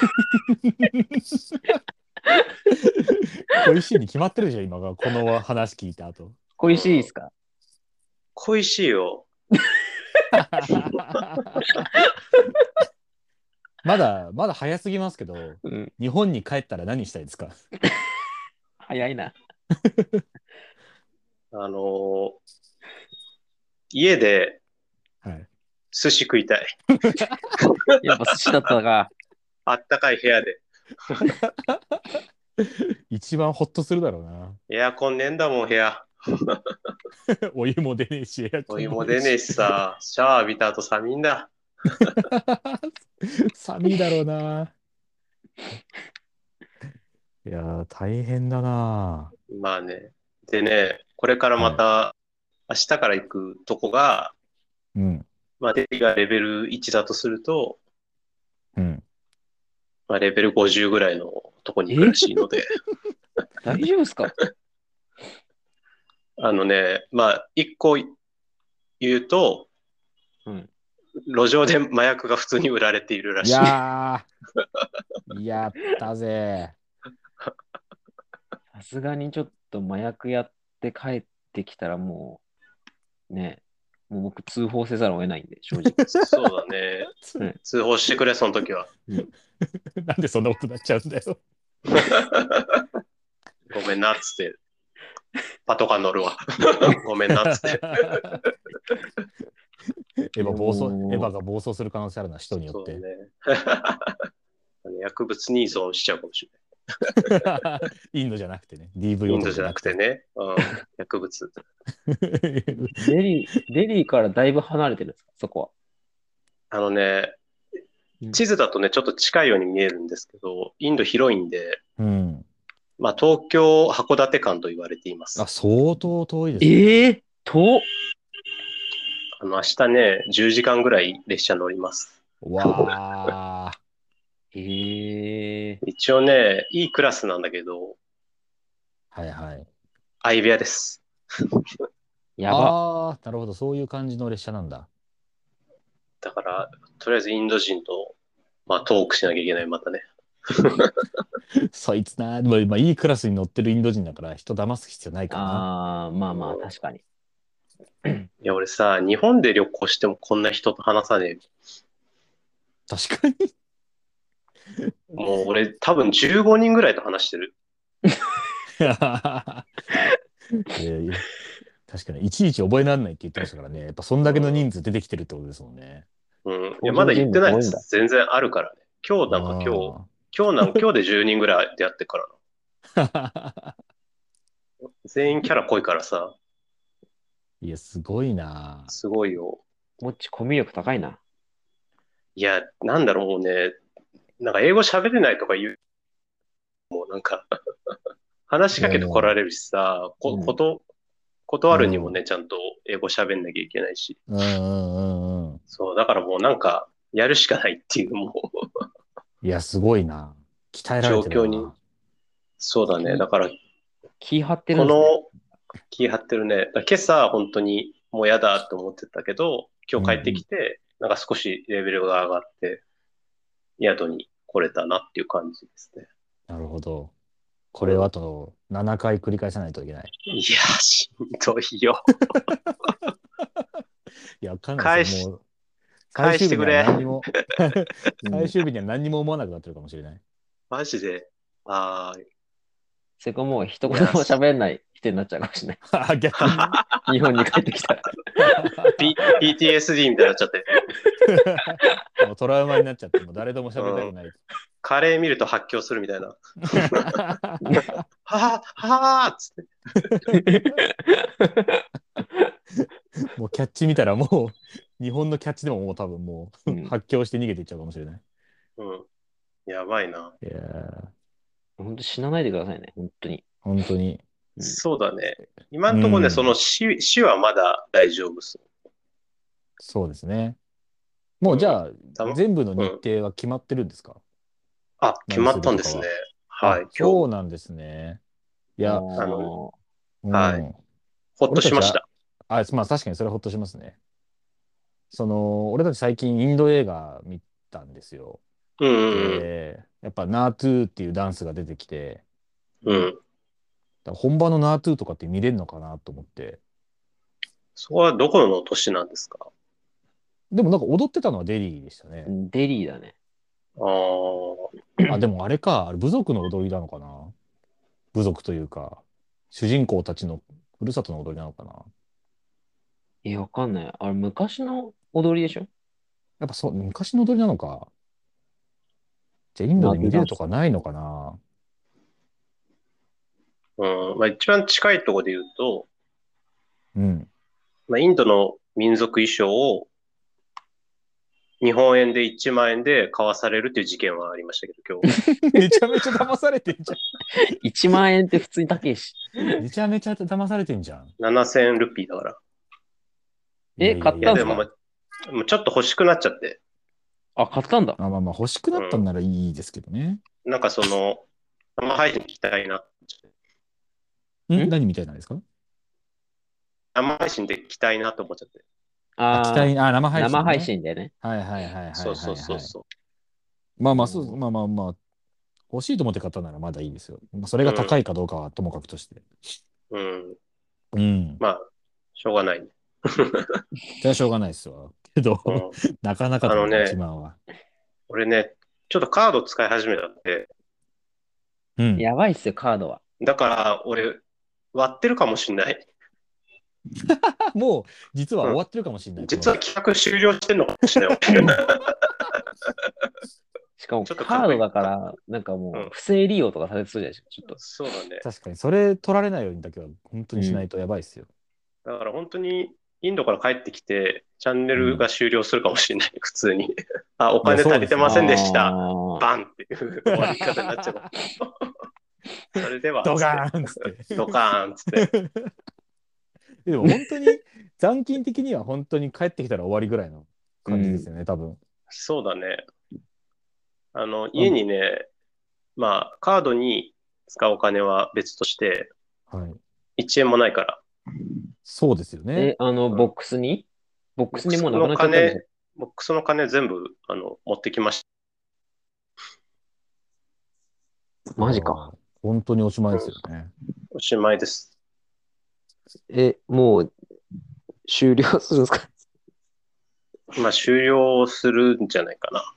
恋しいに決まってるじゃん、今が。この話聞いた後。 恋しいですか？ 恋しいよ。 まだ早すぎますけど、日本に帰ったら何したいですか？ 早いな。 家ではい。 寿司食いたい。 やっぱ寿司だったか。 あったかい部屋で。 一番ホッとするだろうな。 エアコンねえんだもん、部屋。 お湯も出ねえし、エアコンお湯も出ねえしさ、シャワー浴びた後寒いんだ。 寒いだろうな。いやー、大変だな。 まあね。でね、これからまた、明日から行くとこが、 うん。 まあ、デリがレベル1だとすると、 うん。 まあ、レベル50ぐらいのとこに行くらしいので。 大丈夫ですか？ まあ、一個言うと、路上で麻薬が普通に売られているらしい。 いやー、やったぜ。 さすがにちょっと麻薬やって帰ってきたらもう、ね、もう僕通報せざるを得ないんで、正直。 そうだね。通報してくれ、その時は。 なんでそんなことになっちゃうんだよ。 ごめんなっつって。パトカー乗るわ。ごめんなっつって。 エヴァが暴走する可能性あるな、人によって。 そうね。薬物に依存しちゃうかもしれない。 インドじゃなくてね。DV インドじゃなくてね。薬物。 デリーからだいぶ離れてるんですか、そこは。地図だとね、ちょっと近いように見えるんですけど、インド広いんで、まあ、東京、函館間と言われています。 あ、相当遠いですね。 遠明日ね、10時間ぐらい列車乗ります。 わー。 一応ね、いいクラスなんだけど、 はいはい。 相部屋です。 やば。 ああ、なるほど。そういう感じの列車なんだ。 だから、とりあえずインド人と、まあ、トークしなきゃいけない、またね。 そいつな、まあ、いいクラスに乗ってるインド人だから人騙す必要ないかな。 ああ、まあまあ、確かに。 いや、俺さ、日本で旅行してもこんな人と話さねえ。 確かに。 もう俺多分15人ぐらいと話してる。 いや確かに、いちいち覚えられないって言ってましたからね。やっぱそんだけの人数出てきてるってことですもんね。 いや、まだ言ってないです。全然あるからね。今日で10人ぐらい出会ってからな。全員キャラ濃いからさ。 いや、すごいな。 すごいよ。 もっちコミュ力高いな。 いや、なんだろう、もうね、なんか英語喋れないとか言う。もうなんか話しかけて来られるしさ、断るにもね、ちゃんと英語喋んなきゃいけないし。そう、だからもうなんか、やるしかないっていうのもいや、すごいな。鍛えられてるな。状況に。 そうだね。だから、 気張ってるんですね。 気張ってるね。今朝、本当にもう嫌だって思ってたけど、今日帰ってきて、なんか少しレベルが上がって、宿に来れたなっていう感じですね。 なるほど。これはあと7回繰り返さないといけない。 いや、しんどいよ。 いや、わかんないですよ。もう返してくれ。 最終日には何にも思わなくなってるかもしれない。 マジで。 そこもう一言も喋れない人になっちゃうかもしれない。 逆に日本に帰ってきたら。 PTSD みたいになっちゃって。 もうトラウマになっちゃって、もう誰とも喋りたくない。 カレー見ると発狂するみたいな。はははーっつって。 もうキャッチ見たらもう、日本のキャッチでももう多分もう、発狂して逃げていっちゃうかもしれない。 うん。やばいな。 いやー、 本当死なないでくださいね、本当に。 本当に。 そうだね。今のところね、その死はまだ大丈夫です。 そうですね。もうじゃあ、全部の日程は決まってるんですか？ あ、決まったんですね。はい。 そうなんですね。いや、 はい。ほっとしました。 まあ確かにそれはほっとしますね。俺たち最近インド映画見たんですよ。で、やっぱナートゥーっていうダンスが出てきて、本場のナートゥーとかって見れるのかなと思って。 そこはどこの都市なんですか？ でもなんか踊ってたのはデリーでしたね。 デリーだね。 でもあれか、あれ部族の踊りなのかな？部族というか、主人公たちのふるさとの踊りなのかな？ わかんない。あれ、昔の踊りでしょ？ やっぱ昔の踊りなのか。じゃあインドで見れるとかないのかな？ まあ一番近いところで言うと、まあインドの民族衣装を日本円で1万円で買わされるっていう事件はありましたけど、今日。 めちゃめちゃ騙されてんじゃん。 1万円って普通に高いし。 めちゃめちゃ騙されてんじゃん。 7000ルピーだから。 買ったんですか？ でももうちょっと欲しくなっちゃって。 あ、買ったんだ。 まあ欲しくなったんならいいですけどね。 なんか生配信聞きたいな。 何みたいなんですか？ 生配信で聞きたいなと思っちゃって。 生配信。 生配信でね。 はい。 そう。 まあ、欲しいと思って買ったならまだいいですよ。それが高いかどうかはともかくとして。 まあ、しょうがないね。 じゃあしょうがないですわ。けど、なかなかだね、1万は。 俺ね、ちょっとカード使い始めたんで。 やばいっすよ、カードは。 だから、俺、割ってるかもしんない。 もう、実は終わってるかもしれない。 実は企画終了してんのかもしれない。 しかも、カードだから、なんかもう、不正利用とかされてそうじゃないですか、ちょっと。 そうだね。 確かに、それ取られないようにだけは、本当にしないとやばいっすよ。 だから本当に、インドから帰ってきて、チャンネルが終了するかもしれない、普通に。お金足りてませんでした。バンっていう終わり方になっちゃう。それでは、 ドカーンっつって。 ドカーンっつって。 でも本当に、残金的には本当に帰ってきたら終わりぐらいの感じですよね、多分。 そうだね。家にね、まあ、カードに使うお金は別として、1円もないから。 そうですよね。 ボックスにもうなくなっちゃったんですよ。 ボックスの金全部、持ってきました。 マジか。 本当におしまいですよね。 おしまいです。 もう、終了するんですか？ まあ、終了するんじゃないかな。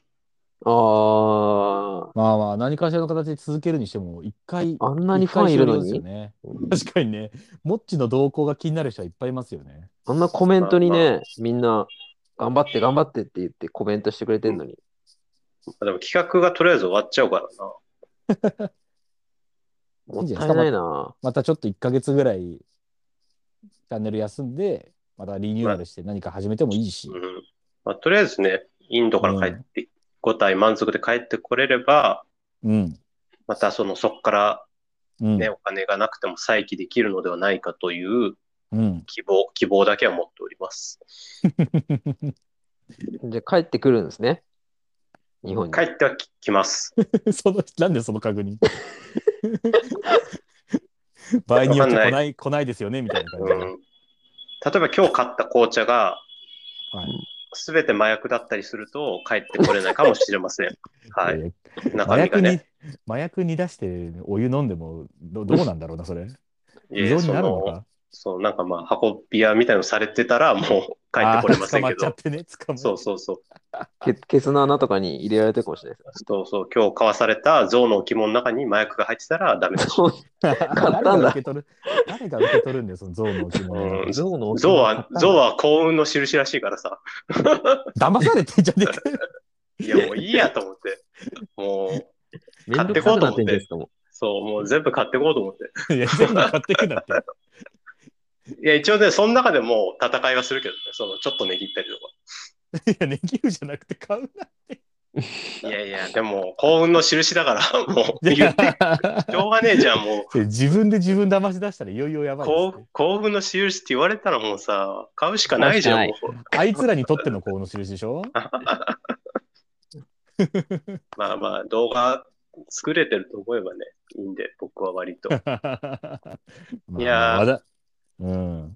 まあ、何かしらの形で続けるにしても、一回、 あんなにファンいるのに、 確かにね、モッチの動向が気になる人はいっぱいいますよね。 あんなコメントにね、みんな、頑張って頑張ってって言ってコメントしてくれてるのに。 でも企画がとりあえず終わっちゃうからな。 もったいないな。 またちょっと1ヶ月ぐらい、チャンネル休んで、またリニューアルして何か始めてもいいし。 まあ、とりあえずね、インドから帰って5体満足で帰ってこれれば、またそこからね、お金がなくても再起できるのではないかという希望だけは持っております。 じゃあ帰ってくるんですね。日本に。 帰ってはきます。 なんでその確認場合によって来ないですよねみたいな感じで。 例えば今日買った紅茶が、すべて麻薬だったりすると帰ってこれないかもしれません。はい。 麻薬に出してお湯飲んでもどうなんだろうな、それ。依存になるのか？ そう、なんかまあ、運び屋みたいなのされてたら、もう帰ってこれませんけど。 捕まっちゃってね、 そう。 ケツの穴とかに入れられてるかもしれないです。 そう、今日買わされた象の置物の中に麻薬が入ってたらダメだし。 買ったんだ。 誰が受け取るんだよ、その象の置物。 象は幸運の印らしいからさ。 騙されてんじゃねえか。 いや、もういいやと思って。もう、買ってこうと思って。そう、もう全部買ってこうと思って。 いや、全部買ってくなって。 いや、一応ね、その中でも戦いはするけどね、ちょっと値切ったりとか。いや、値切るじゃなくて買うなって。 いやいや、でも、幸運の印だから、もう、言って、しょうがねえじゃん、もう。自分で自分騙し出したらいよいよやばいですね。 幸運の印って言われたらもうさ、買うしかないじゃん、もう。 あいつらにとっての幸運の印でしょまあまあ、動画作れてると思えばね、いいんで、僕は割と。いやうん、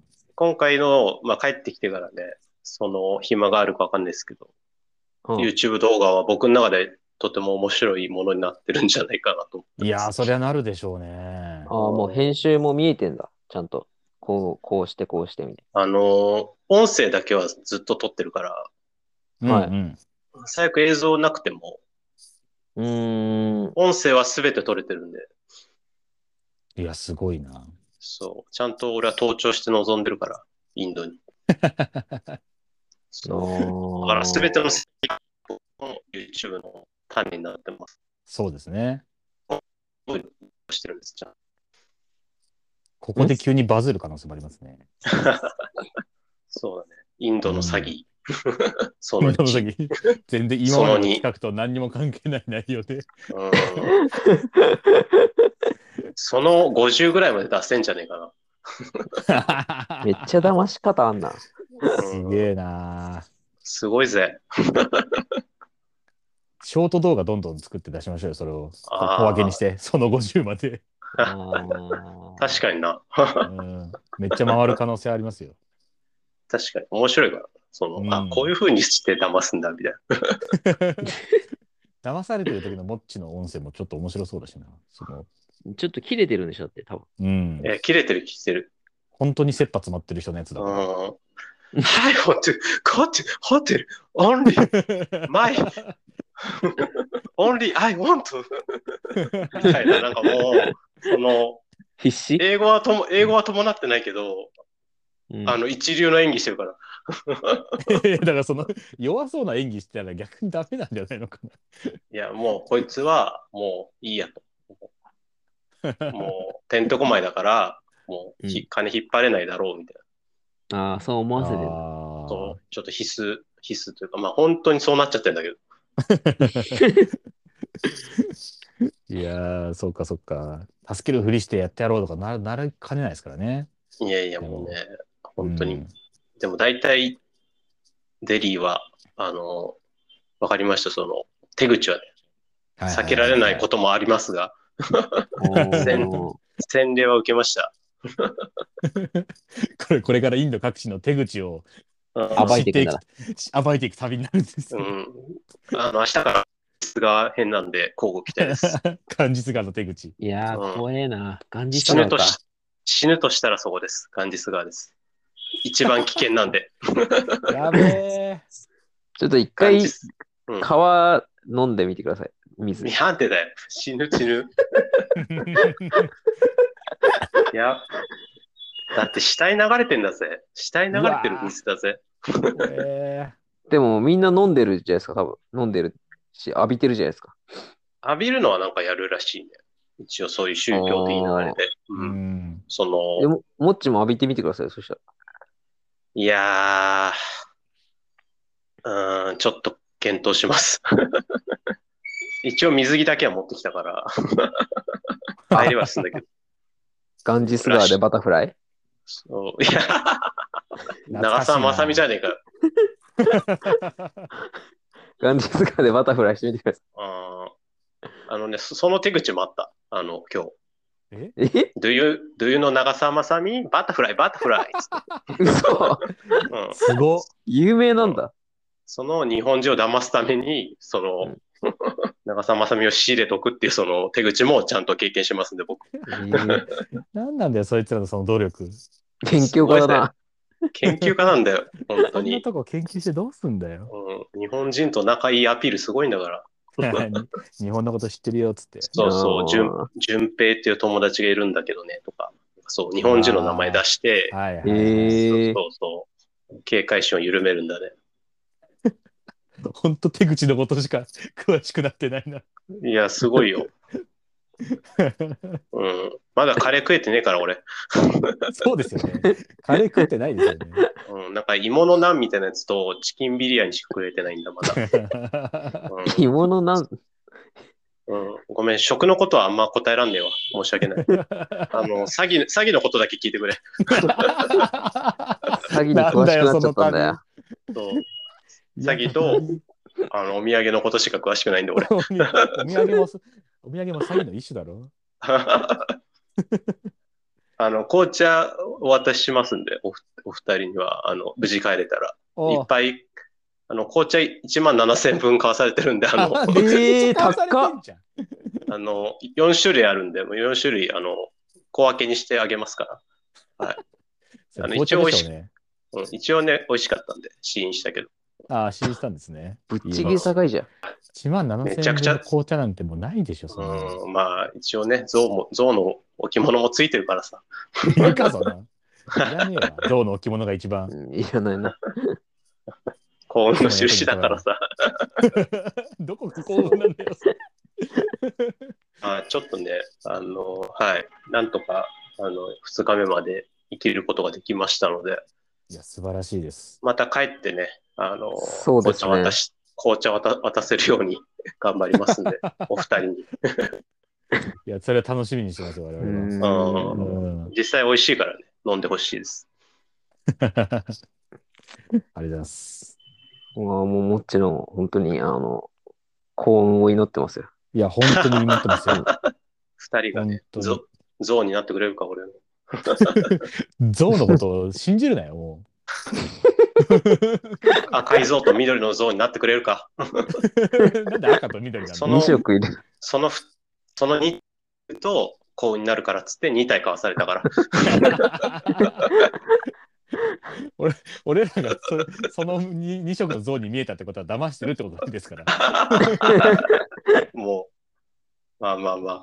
今回の、帰ってきてからね、暇があるかわかんないですけど、YouTube 動画は僕の中でとても面白いものになってるんじゃないかなと思って。 いやー、そりゃなるでしょうね。 もう編集も見えてんだ。ちゃんと。こうしてこうしてみたいな。音声だけはずっと撮ってるから、 はい。 最悪映像なくても、音声は全て撮れてるんで。 いや、すごいな。 そう。ちゃんと俺は盗聴して臨んでるから、インドに。そう。だから全てのYouTube の種になってます。 そうですね。 してるんです、じゃあ。 ここで急にバズる可能性もありますね。 そうだね。インドの詐欺。 その1。全然今までの企画と何にも関係ない内容で。 その50ぐらいまで出せんじゃねえかな。めっちゃ騙し方あんな。 すげえな。 すごいぜ。 ショート動画どんどん作って出しましょうよ、それを。小分けにして、その50まで。 確かにな、 めっちゃ回る可能性ありますよ。 確かに。面白いから。こういう風にして騙すんだ、みたいな。 騙されてる時のモッチの音声もちょっと面白そうだしな。 ちょっと切れてるんでしょって、多分。切れてる。 本当に切羽詰まってる人のやつだから。 I want to go to hotel only my only I want to みたいな、なんかもう、 必死英語は伴ってないけど、一流の演技してるから。 だから弱そうな演技してたら逆にダメなんじゃないのかな。 いや、もうこいつはもういいやと。もうてんとこまいだから、もう金引っ張れないだろうみたいな。そう思わせてる。 そう、ちょっと必須というか、本当にそうなっちゃってるんだけど。 いやー、そうか。助けるふりしてやってやろうとかなりかねないですからね。 いやいや、もうね、本当に。でも大体、デリーは、わかりました、手口はね、避けられないこともありますが、洗礼は受けました。 これからインド各地の手口を暴いていく旅になるんですよ。 明日からが変なんで、交互期待です。 ガンジス川の手口。 いやー、怖えな。ガンジス川か。死ぬとしたらそこです。ガンジス川です。一番危険なんで。 やべえ。 ちょっと一回、川飲んでみてください。水。 なんでだよ。死ぬ。いや、だって下に流れてんだぜ。下に流れてる水だぜ。 でもみんな飲んでるじゃないですか、多分。飲んでるし、浴びてるじゃないですか。 浴びるのはなんかやるらしいね。一応そういう宗教的なあれで。 でも、もっちも浴びてみてください、そしたら。 いやー、ちょっと検討します。一応水着だけは持ってきたから、入りはすんだけど。 ガンジス川でバタフライ？ そう。いや、長澤まさみじゃねえか。 ガンジス川でバタフライしてみてください。 その手口もあった。今日。 え Do you know 長澤まさみバタフライ嘘。 すご。 有名なんだ。 その日本人を騙すために、長澤まさみを仕入れとくっていうその手口もちゃんと経験しますんで、僕。 何なんだよ、そいつらのその努力。 研究家だな。 研究家なんだよ、本当に。 そんなとこ研究してどうすんだよ。 日本人と仲いいアピールすごいんだから。 日本のこと知ってるよ、つって。 そう、順平っていう友達がいるんだけどね、とか。そう、日本人の名前出して、そう、警戒心を緩めるんだね。 ほんと手口のことしか詳しくなってないな。 いや、すごいよ。うん。まだカレー食えてねえから、俺。 そうですよね。カレー食ってないですよね。 うん。なんか芋のナンみたいなやつとチキンビリヤニしか食えてないんだ、まだ。 芋のなん、 うん。ごめん、食のことはあんま答えらんねえわ。申し訳ない。詐欺のことだけ聞いてくれ。 詐欺に詳しくなっちゃったんだよ。 そう。詐欺と、お土産のことしか詳しくないんで、俺。 お土産も詐欺の一種だろ。 紅茶お渡ししますんで、お二人には、無事帰れたら。いっぱい、紅茶1万7000分買わされてるんで、 高っ。 4種類あるんで、もう4種類、小分けにしてあげますから。はい。一応美味しい。一応ね、美味しかったんで、試飲したけど。 ああ、試飲したんですね。 ぶっちぎり高いじゃん。 1万7000円の紅茶なんてもうないでしょ、そんな。 まあ、一応ね、象の置物もついてるからさ。 いるか、そんな。いらねえわ、象の置物が一番。 いらないな。 幸運の印だからさ。 どこが幸運なんだよ。 ちょっとね、はい、なんとか、2日目まで生きることができましたので。 いや、素晴らしいです。 また帰ってね、 そうですね、 紅茶渡せるように頑張りますんで、お二人に。 いや、それは楽しみにしてますよ、我々 は。実際美味しいからね、飲んでほしいです。 ありがとうございます。 もうもちろん、本当に、幸運を祈ってますよ。 いや、本当に祈ってますよ。 二人がね、象になってくれるか、俺の。 象のことを信じるなよ、もう。 赤い象と緑の象になってくれるか。 なんで赤と緑なの ？2色いる。 その2と幸運になるからっつって2体買わされたから。 俺らがその 2色の像に見えたってことは騙してるってことですから。 もう、まあまあま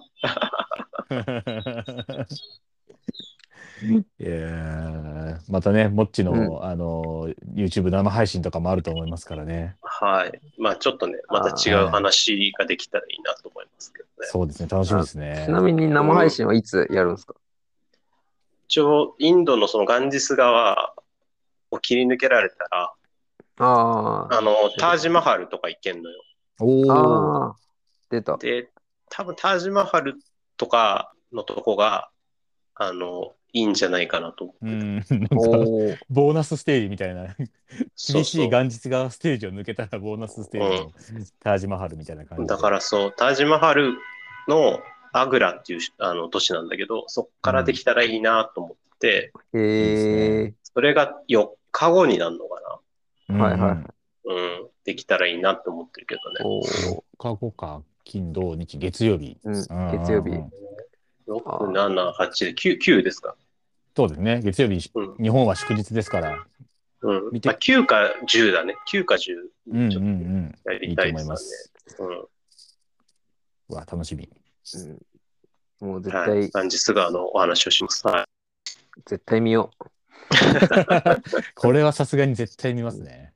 あ。いやまたね、もっちの、YouTube 生配信とかもあると思いますからね。 はい。まあちょっとね、また違う話ができたらいいなと思いますけどね。 そうですね、楽しみですね。 ちなみに生配信はいつやるんですか？ 一応、インドのそのガンジス川を切り抜けられたら、タージマハルとか行けんのよ。 おー。出た。 で、多分タージマハルとかのとこが、いいんじゃないかなと思って。 ボーナスステージみたいな。厳しい元日川ステージを抜けたらボーナスステージのタージマハルみたいな感じ。 だからそう、タージマハルのアグラっていう都市なんだけど、そっからできたらいいなと思って、それが4日後になるのかな。はいはい。 できたらいいなと思ってるけどね。 4日後か、金、土、日、月曜日。 月曜日。 6、7、8で9ですか？ そうですね。月曜日、日本は祝日ですから。 9か10だね。9か10。ちょっとやりたいですね。いいと思います。 わ、楽しみ。 もう絶対。 ガンジス川のお話をします。 絶対見よう。 これはさすがに絶対見ますね。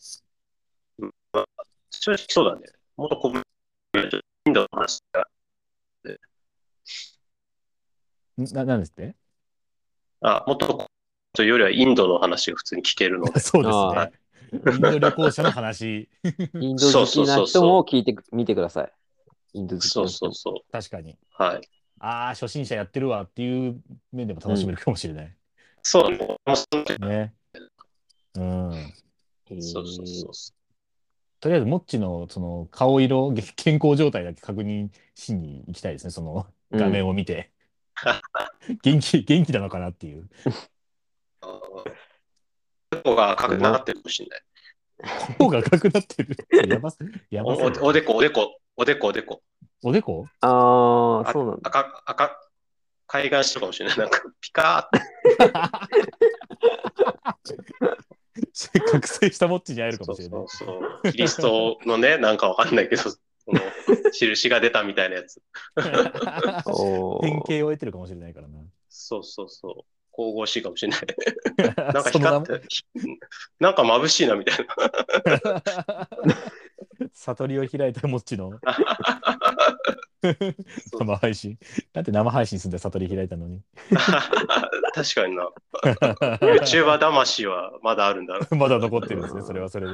正直そうだね。もっとインドの話が。 なんですってもっとよりはインドの話が普通に聞けるので。 そうですね。インド旅行者の話。 インド好きな人も見てください。インド好きな人。 そう。 確かに。 はい。 初心者やってるわっていう面でも楽しめるかもしれない。 そうね。 そう。 とりあえず、モッチのその顔色、健康状態だけ確認しに行きたいですね、その画面を見て。元気なのかなっていう。 頬が赤くなってるかもしれない。 頬が赤くなってる。やばおでこ。 おでこそうなんだ。 開眼したかもしれない。なんか、ピカーって。 覚醒したモッチに会えるかもしれない。 そう。キリストのね、なんかわかんないけど、印が出たみたいなやつ。 典型を得てるかもしれないからな。 そう。神々しいかもしれない。なんか光って、なんか眩しいなみたいな。 悟りを開いたモッチの生配信。なんて生配信するんだよ、悟り開いたのに。 確かにな。YouTuber 魂はまだあるんだな。 まだ残ってるんですね、それはそれで。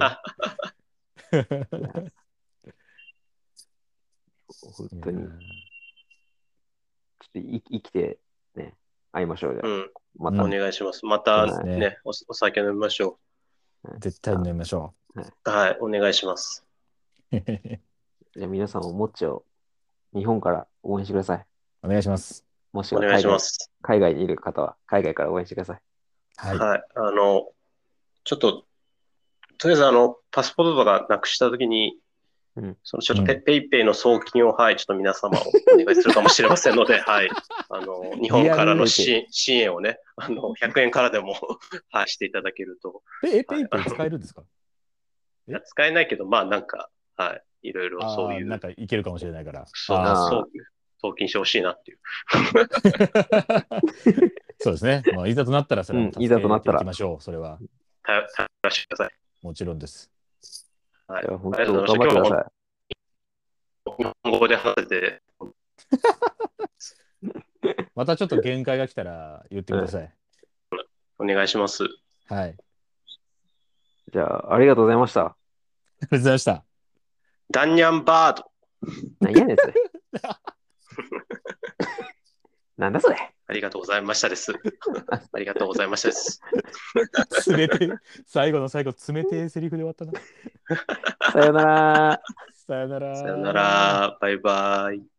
本当に。ちょっと生きてね、会いましょうよ。 うん。またお願いします。またね、お酒飲みましょう。絶対飲みましょう。はい、お願いします。 じゃあ皆さんももっちを日本から応援してください。 お願いします。 もしくは海外にいる方は海外から応援してください。 はい。はい。ちょっと、とりあえずパスポートとかなくしたときに、ちょっとペイペイの送金を、はい、ちょっと皆様お願いするかもしれませんので、はい。日本からの支援をね、100円からでも、はい、していただけると。 ペイペイ使えるんですか？ いや、使えないけど、まあなんか、はい、いろいろそういう。 なんかいけるかもしれないから。 送金してほしいなっていう。 そうですね。まあ、いざとなったら、それはいざとなったら行きましょう、それは。 頼らせてください。 もちろんです。 はい。 本当に頑張ってください。日本語で話せて。 またちょっと限界が来たら言ってください。 お願いします。 はい。 じゃあ、ありがとうございました。 ありがとうございました。 ダンニャンバード。 何やねん、それ。なんだそれ。 ありがとうございましたです。ありがとうございましたです。 冷て、最後の最後、冷てえセリフで終わったな。 さよなら。 さよなら。 さよなら。バイバイ。